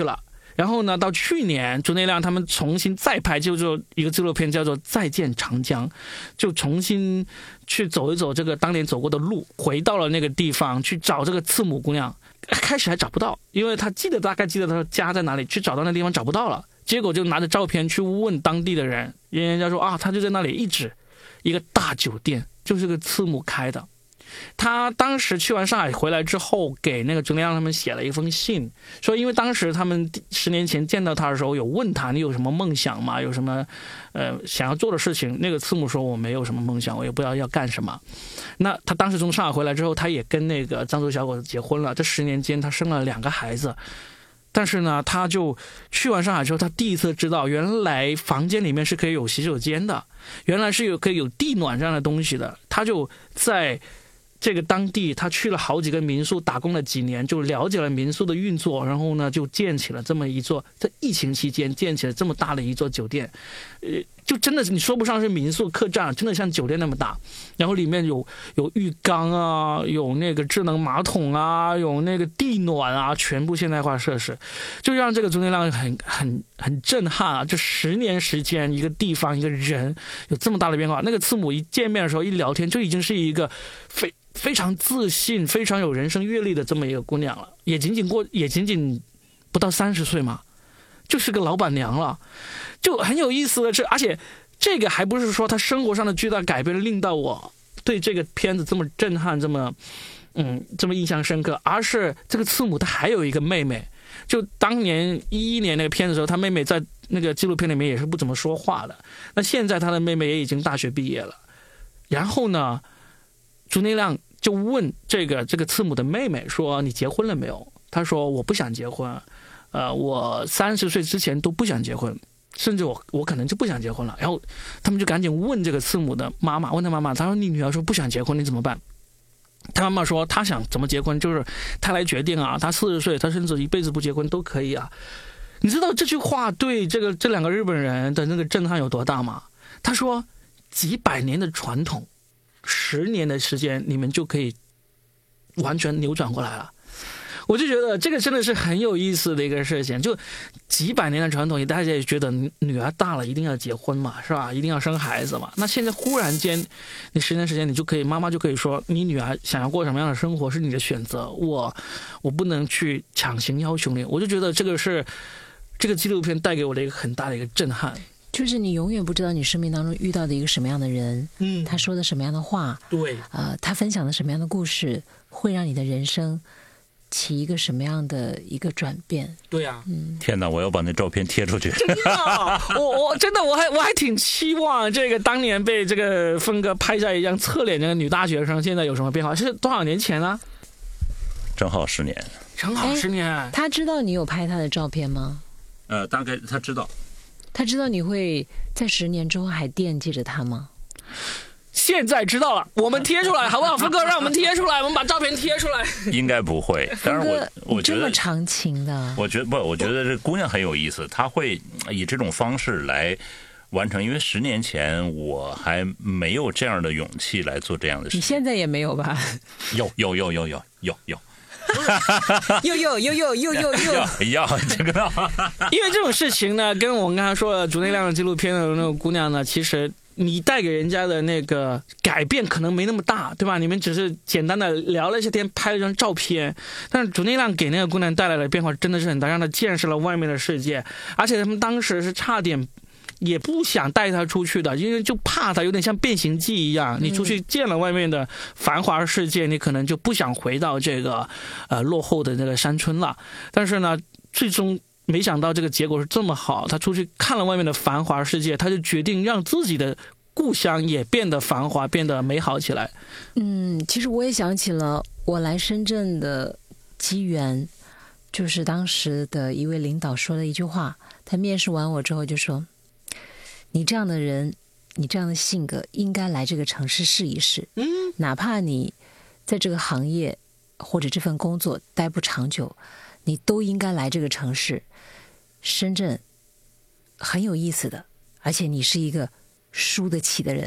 然后呢，到去年朱内亮他们重新再拍，就做一个纪录片叫做《再见长江》，就重新去走一走这个当年走过的路，回到了那个地方去找这个次母姑娘。开始还找不到，因为他记得大概记得他家在哪里，去找到那地方找不到了。结果就拿着照片去问当地的人，人家说啊，他就在那里一指一个大酒店，就是个次母开的。他当时去完上海回来之后，给那个朱内亮他们写了一封信，说因为当时他们十年前见到他的时候，有问他你有什么梦想吗？有什么呃想要做的事情？那个次母说我没有什么梦想，我也不知道要干什么。那他当时从上海回来之后，他也跟那个漳州小伙子结婚了。这十年间，他生了两个孩子。但是呢，他就去完上海之后，他第一次知道原来房间里面是可以有洗手间的，原来是有可以有地暖这样的东西的。他就在这个当地，他去了好几个民宿打工了几年，就了解了民宿的运作，然后呢，就建起了这么一座，在疫情期间建起了这么大的一座酒店，呃，就真的是你说不上是民宿客栈，真的像酒店那么大。然后里面有有浴缸啊，有那个智能马桶啊，有那个地暖啊，全部现代化设施，就让这个朱内亮很很很震撼啊！这十年时间，一个地方一个人有这么大的变化。那个次母一见面的时候，一聊天就已经是一个非。非常自信、非常有人生阅历的这么一个姑娘了，也仅仅过，也仅仅不到三十岁嘛，就是个老板娘了。就很有意思的是，而且这个还不是说她生活上的巨大改变令到我对这个片子这么震撼、这么嗯这么印象深刻，而是这个次母她还有一个妹妹。就当年一一年那个片子的时候，她妹妹在那个纪录片里面也是不怎么说话的。那现在她的妹妹也已经大学毕业了，然后呢？朱内亮就问这个这个次母的妹妹说：“你结婚了没有？”她说：“我不想结婚，呃，我三十岁之前都不想结婚，甚至我我可能就不想结婚了。”然后他们就赶紧问这个次母的妈妈，问他妈妈，她说：“你女儿说不想结婚，你怎么办？”他妈妈说：“她想怎么结婚，就是她来决定啊。她四十岁，她甚至一辈子不结婚都可以啊。”你知道这句话对这个这两个日本人的那个震撼有多大吗？他说：“几百年的传统。”十年的时间，你们就可以完全扭转过来了。我就觉得这个真的是很有意思的一个事情。就几百年的传统，大家也觉得女儿大了一定要结婚嘛，是吧？一定要生孩子嘛。那现在忽然间，你十年时间，你就可以，妈妈就可以说，你女儿想要过什么样的生活是你的选择，我我不能去强行要求你。我就觉得这个是这个纪录片带给我的一个很大的一个震撼。 就是你永远不知道你生命当中遇到的一个什么样的人，嗯，他说的什么样的话， 对， 呃，他分享的什么样的故事，会让你的人生起一个什么样的一个转变？ 对啊， 嗯， 天哪，我要把那照片贴出去。 真的，我我真的我还我还挺期望这个当年被这个峰哥拍下一张侧脸，这个女大学生现在有什么变化？是多少年前啊？ 正好十年。 正好十年。 他知道你有拍他的照片吗？ 呃，大概他知道。 他知道你会在十年之后还惦记着他吗？ 现在知道了，我们贴出来好不好？峰哥，让我们贴出来，我们把照片贴出来。 应该不会，但是我我觉得这么长情的， 我觉得不，我觉得这姑娘很有意思，她会以这种方式来完成。因为十年前我还没有这样的勇气来做这样的事情。 你现在也没有吧？ 有有有有有有有。 又又又又又又又要这个， 因为这种事情呢，跟我们刚才说的朱内亮的纪录片的那个姑娘呢，其实你带给人家的那个改变可能没那么大，对吧？你们只是简单的聊了一些天，拍了一张照片，但是朱内亮给那个姑娘带来的变化真的是很大，让她见识了外面的世界，而且他们当时是差点。也不想带他出去的，因为就怕他有点像变形记一样，你出去见了外面的繁华世界，你可能就不想回到这个呃落后的那个山村了。但是呢，最终没想到这个结果是这么好，他出去看了外面的繁华世界，他就决定让自己的故乡也变得繁华，变得美好起来。 嗯，其实我也想起了我来深圳的机缘，就是当时的一位领导说的一句话，他面试完我之后就说，你这样的人，你这样的性格，应该来这个城市试一试。嗯，哪怕你在这个行业或者这份工作待不长久，你都应该来这个城市。深圳很有意思的，而且你是一个输得起的人。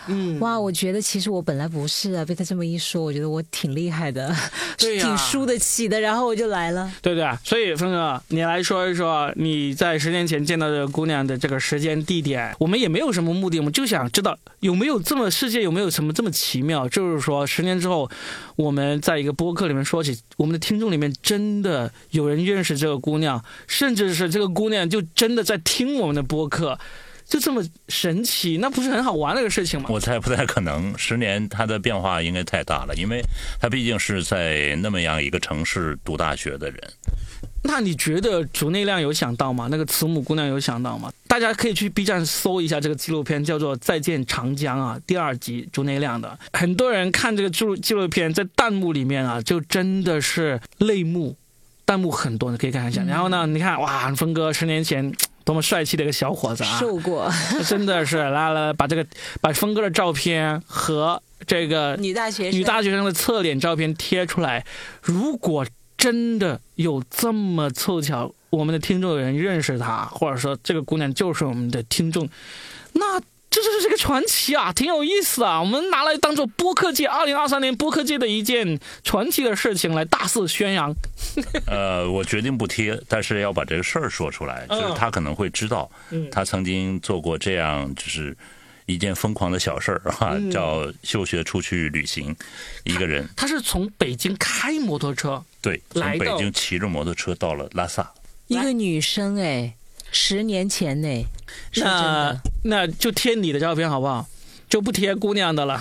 嗯， 哇，我觉得其实我本来不是啊，被他这么一说，我觉得我挺厉害的， 对呀挺输得起的，然后我就来了。 对对啊，所以峰哥，你来说一说你在十年前见到这个姑娘的这个时间地点。我们也没有什么目的，我们就想知道有没有这么世界有没有什么这么奇妙，就是说十年之后，我们在一个播客里面说起，我们的听众里面真的有人认识这个姑娘，甚至是这个姑娘就真的在听我们的播客。就这么神奇，那不是很好玩的一个事情吗？ 我猜不太可能，十年它的变化应该太大了，因为他毕竟是在那么样一个城市读大学的人。 那你觉得竹内亮有想到吗？那个慈母姑娘有想到吗？大家可以去 B 站搜一下这个纪录片，叫做《再见长江》啊，第二集竹内亮的。很多人看这个纪录纪录片，在弹幕里面啊，就真的是泪目，弹幕很多，你可以看一下。然后呢，你看哇，峰哥十年前多么帅气的一个小伙子啊！ 受过， 真的是来来把这个把峰哥的照片和这个女大学生女大学生的侧脸照片贴出来。如果真的有这么凑巧，我们的听众有人认识她，或者说这个姑娘就是我们的听众，那这就是个传奇啊，挺有意思啊！我们拿来当做播客界二零二三年播客界的一件传奇的事情来大肆宣扬。 呃，我决定不贴，但是要把这个事儿说出来，就是他可能会知道，他曾经做过这样，就是一件疯狂的小事儿啊， 嗯、 叫休学出去旅行，一个人。 他是从北京开摩托车， 对，从北京骑着摩托车到了拉萨。 一个女生哎。十年前呢， 那那就贴你的照片好不好？就不贴姑娘的了。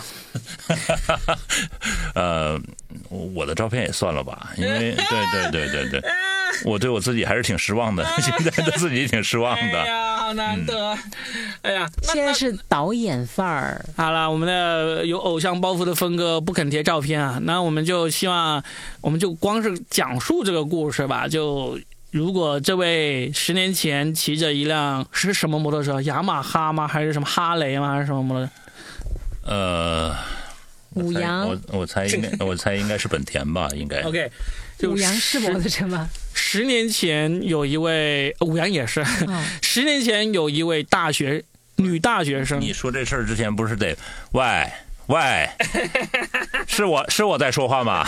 呃，我的照片也算了吧，因为对对对对对，我对我自己还是挺失望的，现在对自己挺失望的。 哎呀，好难得！嗯、哎呀， 现在是导演范儿。 好了，我们的有偶像包袱的峰哥不肯贴照片啊，那我们就希望，我们就光是讲述这个故事吧，就。如果这位十年前骑着一辆是什么摩托车？雅马哈吗？还是什么哈雷吗？还是什么摩托车？ 呃， 五羊， 我我猜应该，我猜应该是本田吧，应该。 OK， 五羊是摩托车吗？ 十年前有一位五羊也是，哦、十年前有一位大学女大学生。 你说这事儿之前不是得喂喂，是我是我在说话吗？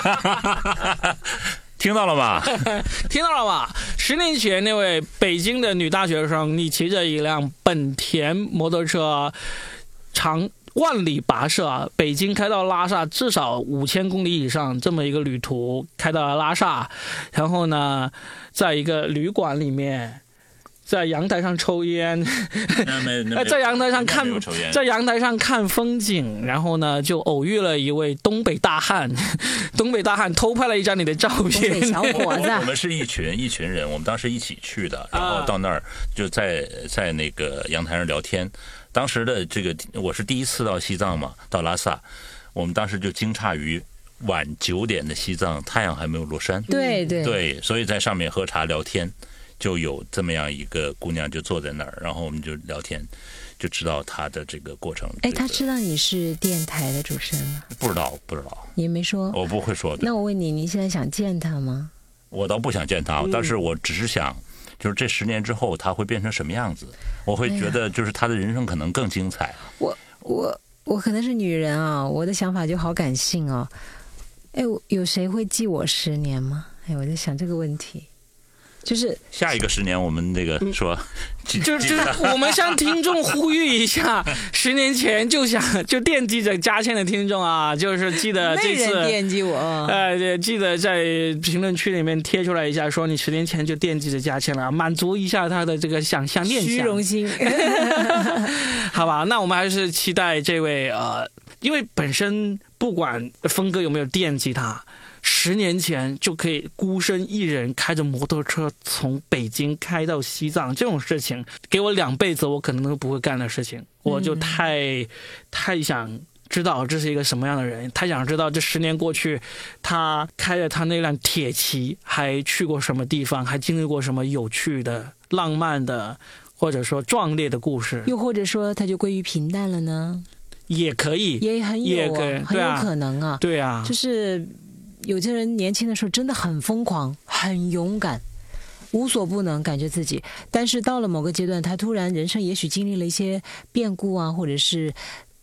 听到了吗？ 听到了吧？十年前那位北京的女大学生，你骑着一辆本田摩托车，长万里跋涉，北京开到拉萨，至少五千公里以上这么一个旅途，开到了拉萨，然后呢，在一个旅馆里面。在阳台上抽烟，在阳台上看，在阳台上看风景，然后呢，就偶遇了一位东北大汉，东北大汉偷拍了一张你的照片。 小伙子， 我们是一群一群人，我们当时一起去的，然后到那儿就在在那个阳台上聊天。当时的这个我是第一次到西藏嘛，到拉萨，我们当时就惊诧于晚九点的西藏太阳还没有落山， 对对对，所以在上面喝茶聊天。就有这么样一个姑娘就坐在那儿，然后我们就聊天，就知道她的这个过程。 哎，她知道你是电台的主持人吗？ 不知道，不知道。 你没说？ 我不会说的。 那我问你，你现在想见她吗？ 我倒不想见她，但是我只是想，就是这十年之后她会变成什么样子？我会觉得，就是她的人生可能更精彩。 我我我可能是女人啊，我的想法就好感性哦。哎，有谁会记我十年吗？哎，我在想这个问题。就是下一个十年，我们那个说， 就就是我们向听众呼吁一下，十年前就想就惦记着佳倩的听众啊，就是记得这次惦记我， 呃，记得在评论区里面贴出来一下，说你十年前就惦记着佳倩了，满足一下他的这个想象念想， 虚荣心， 好吧？那我们还是期待这位呃，因为本身不管峰哥有没有惦记他。十年前就可以孤身一人开着摩托车从北京开到西藏，这种事情给我两辈子我可能都不会干的事情，我就太、嗯、太想知道这是一个什么样的人，太想知道这十年过去他开着他那辆铁骑还去过什么地方，还经历过什么有趣的浪漫的或者说壮烈的故事， 又或者说他就归于平淡了呢？ 也可以， 也很有、啊、 也很有可能啊， 对啊， 就是有些人年轻的时候真的很疯狂，很勇敢，无所不能，感觉自己。但是到了某个阶段，他突然人生也许经历了一些变故啊，或者是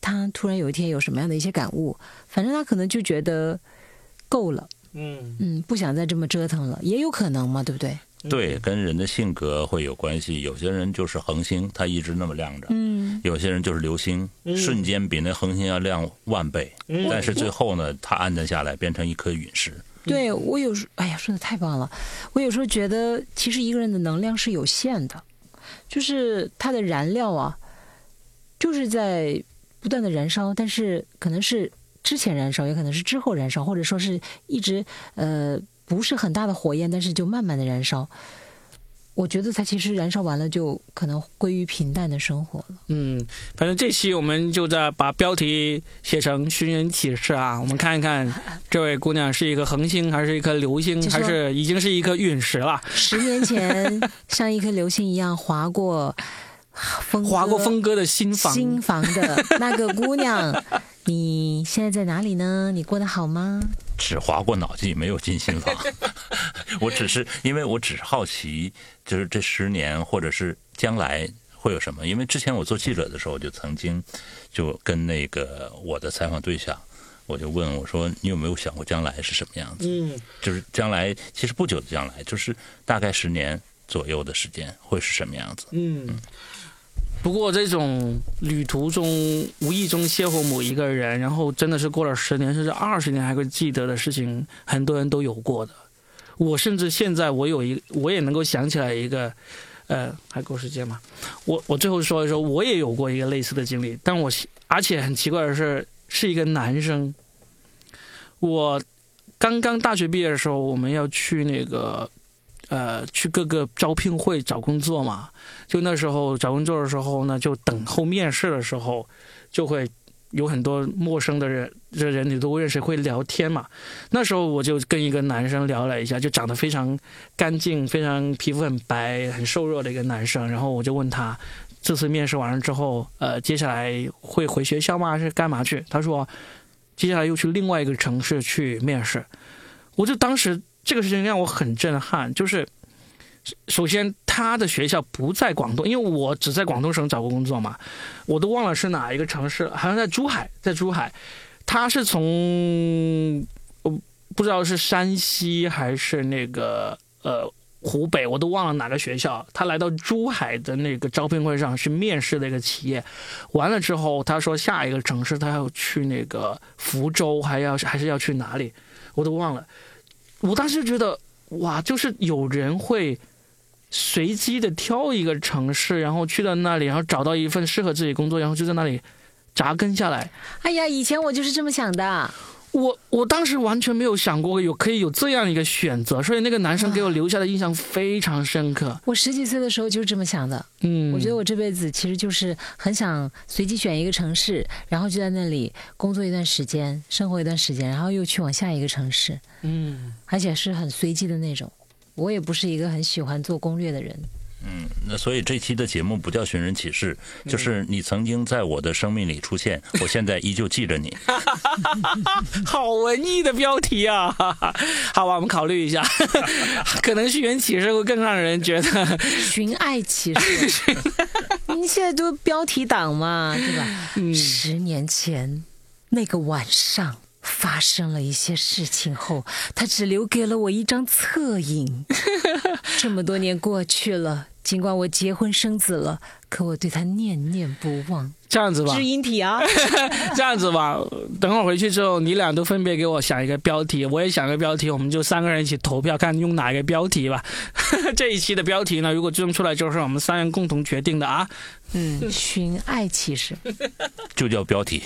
他突然有一天有什么样的一些感悟，反正他可能就觉得够了， 嗯嗯，不想再这么折腾了，也有可能嘛，对不对？ 对，跟人的性格会有关系。有些人就是恒星，它一直那么亮着； 嗯， 有些人就是流星， 嗯瞬间比那恒星要亮万倍， 嗯但是最后呢，它暗淡下来，变成一颗陨石。 对，我有时，哎呀，说的太棒了。我有时候觉得，其实一个人的能量是有限的，就是它的燃料啊，就是在不断的燃烧，但是可能是之前燃烧，也可能是之后燃烧，或者说是一直呃不是很大的火焰，但是就慢慢的燃烧。我觉得它其实燃烧完了，就可能归于平淡的生活了。 嗯，反正这期我们就在把标题写成寻人启事啊，我们看一看这位姑娘是一个恒星，还是一颗流星，还是已经是一颗陨石了。 十年前像一颗流星一样划过峰划过峰哥的心房心房的那个姑娘，你现在在哪里呢？你过得好吗？ 只划过脑际，没有进心房。我只是因为我只是好奇，就是这十年或者是将来会有什么。因为之前我做记者的时候，就曾经就跟那个我的采访对象，我就问我说：“你有没有想过将来是什么样子？” 嗯， 就是将来，其实不久的将来，就是大概十年左右的时间会是什么样子。 嗯。嗯，不过这种旅途中无意中邂逅某一个人，然后真的是过了十年甚至二十年还会记得的事情，很多人都有过的。我甚至现在我有一我也能够想起来一个，呃，还够时间吗？我我最后说一说，我也有过一个类似的经历，但我而且很奇怪的是，是一个男生。我刚刚大学毕业的时候，我们要去那个。呃，去各个招聘会找工作嘛，就那时候找工作的时候呢，就等候面试的时候，就会有很多陌生的人，这人你都认识，会聊天嘛。那时候我就跟一个男生聊了一下，就长得非常干净，非常皮肤很白、很瘦弱的一个男生。然后我就问他，这次面试完了之后，呃，接下来会回学校吗？还是干嘛去？他说，接下来又去另外一个城市去面试。我就当时。这个事情让我很震撼，就是首先他的学校不在广东，因为我只在广东省找过工作嘛，我都忘了是哪一个城市，好像在珠海，在珠海。他是从我不知道是山西还是那个呃湖北，我都忘了哪个学校。他来到珠海的那个招聘会上是面试的一个企业，完了之后他说下一个城市他要去那个福州，还要还是要去哪里，我都忘了。我当时觉得，哇，就是有人会随机的挑一个城市，然后去到那里，然后找到一份适合自己工作，然后就在那里扎根下来。 哎呀，以前我就是这么想的。 我我当时完全没有想过有可以有这样一个选择，所以那个男生给我留下的印象非常深刻。 我十几岁的时候就是这么想的。嗯，我觉得我这辈子其实就是很想随机选一个城市，然后就在那里工作一段时间，生活一段时间，然后又去往下一个城市。嗯，而且是很随机的那种。我也不是一个很喜欢做攻略的人。 嗯，那所以这期的节目不叫寻人启事，就是你曾经在我的生命里出现，我现在依旧记着你。 好文艺的标题啊！好吧，我们考虑一下，可能寻人启事会更让人觉得寻爱启事。你现在都标题党嘛，对吧？嗯，十年前那个晚上。发生了一些事情后，他只留给了我一张侧影。这么多年过去了，尽管我结婚生子了，可我对他念念不忘。 这样子吧， 知音体啊。 这样子吧，等会儿回去之后，你俩都分别给我想一个标题，我也想一个标题，我们就三个人一起投票，看用哪一个标题吧。这一期的标题呢，如果最终出来就是我们三人共同决定的啊。 嗯，寻爱启事， 就叫标题。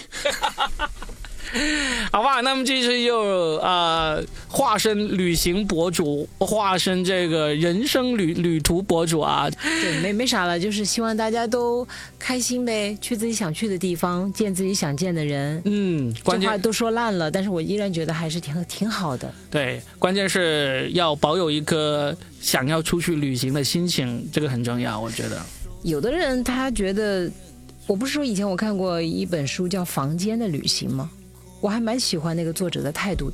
好吧，那么这次就呃化身旅行博主，化身这个人生旅旅途博主啊。 对，没没啥了，就是希望大家都开心呗，去自己想去的地方，见自己想见的人。嗯，关键这话都说烂了，但是我依然觉得还是挺挺好的。 对，关键是要保有一颗想要出去旅行的心情，这个很重要，我觉得。 有的人他觉得，我不是说以前我看过一本书叫《房间的旅行》吗？我还蛮喜欢那个作者的态度的。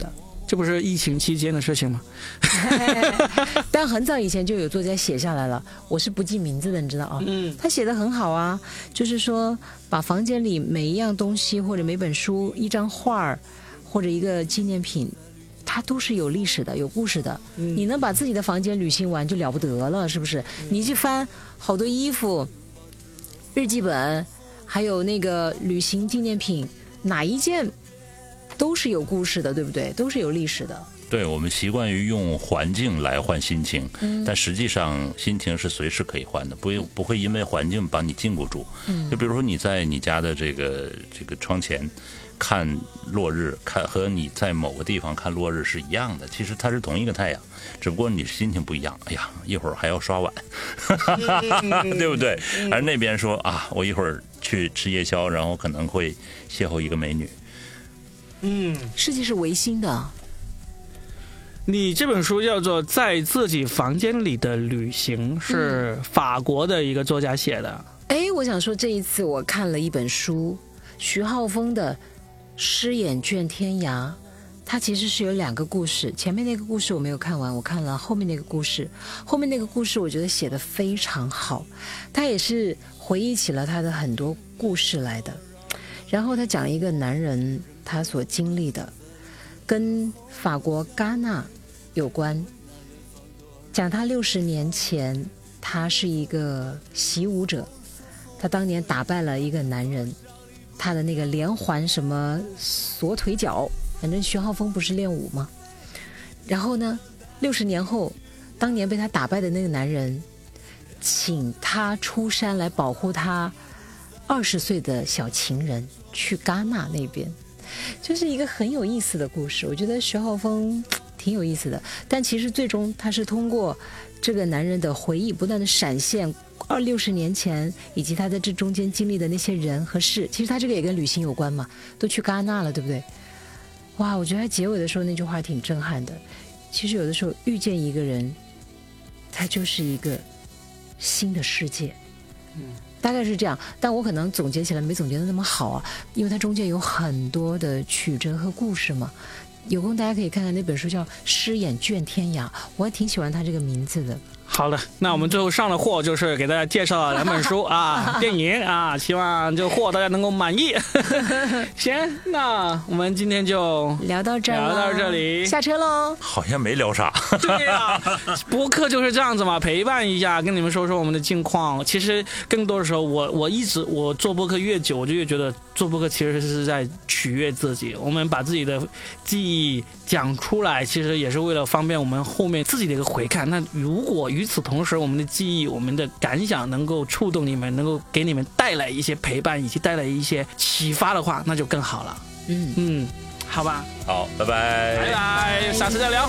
这不是疫情期间的事情吗？ 但很早以前就有作家写下来了，我是不记名字的，你知道啊？ 嗯， 他写的很好啊，就是说把房间里每一样东西或者每本书、一张画或者一个纪念品，它都是有历史的、有故事的。嗯、你能把自己的房间旅行完就了不得了，是不是？嗯、你去翻好多衣服、日记本，还有那个旅行纪念品，哪一件都是有故事的，对不对？都是有历史的。 对，我们习惯于用环境来换心情，嗯、但实际上心情是随时可以换的，不不会因为环境把你禁锢住。嗯、就比如说你在你家的这个这个窗前看落日，看和你在某个地方看落日是一样的，其实它是同一个太阳，只不过你心情不一样。哎呀，一会儿还要刷碗，对不对？而那边说啊，我一会儿去吃夜宵，然后可能会邂逅一个美女。 嗯， 世界是唯心的。 你这本书叫做《在自己房间里的旅行》，是法国的一个作家写的。 哎、嗯，我想说这一次我看了一本书，徐浩峰的《诗眼卷天涯》，它其实是有两个故事，前面那个故事我没有看完，我看了后面那个故事。后面那个故事我觉得写得非常好，他也是回忆起了他的很多故事来的。然后他讲一个男人他所经历的跟法国戛纳有关，讲他六十年前他是一个习武者，他当年打败了一个男人，他的那个连环什么锁腿脚，反正徐浩峰不是练武吗？然后呢，六十年后，当年被他打败的那个男人，请他出山来保护他二十岁的小情人，去戛纳那边，就是一个很有意思的故事。我觉得徐浩峰挺有意思的，但其实最终他是通过这个男人的回忆不断的闪现二六十年前，以及他在这中间经历的那些人和事。其实他这个也跟旅行有关嘛，都去戛纳了，对不对？哇，我觉得他结尾的时候那句话挺震撼的。其实有的时候遇见一个人，他就是一个新的世界。嗯，大概是这样，但我可能总结起来没总结的那么好啊，因为它中间有很多的曲折和故事嘛。有空大家可以看看那本书叫《诗眼卷天涯》，我还挺喜欢他这个名字的。 好的，那我们最后上了货，就是给大家介绍了两本书啊，电影啊，希望这货大家能够满意。行，那我们今天就聊到这儿， 聊到这里， 下车喽。 好像没聊啥。 对呀、啊，播客就是这样子嘛，陪伴一下，跟你们说说我们的近况。其实更多的时候，我我一直我做播客越久，我就越觉得做播客其实是在取悦自己。我们把自己的记忆讲出来，其实也是为了方便我们后面自己的一个回看。那如果与此同时，我们的记忆、我们的感想能够触动你们，能够给你们带来一些陪伴，以及带来一些启发的话，那就更好了。 嗯嗯，好吧， 好，拜拜， 拜拜，下次再聊。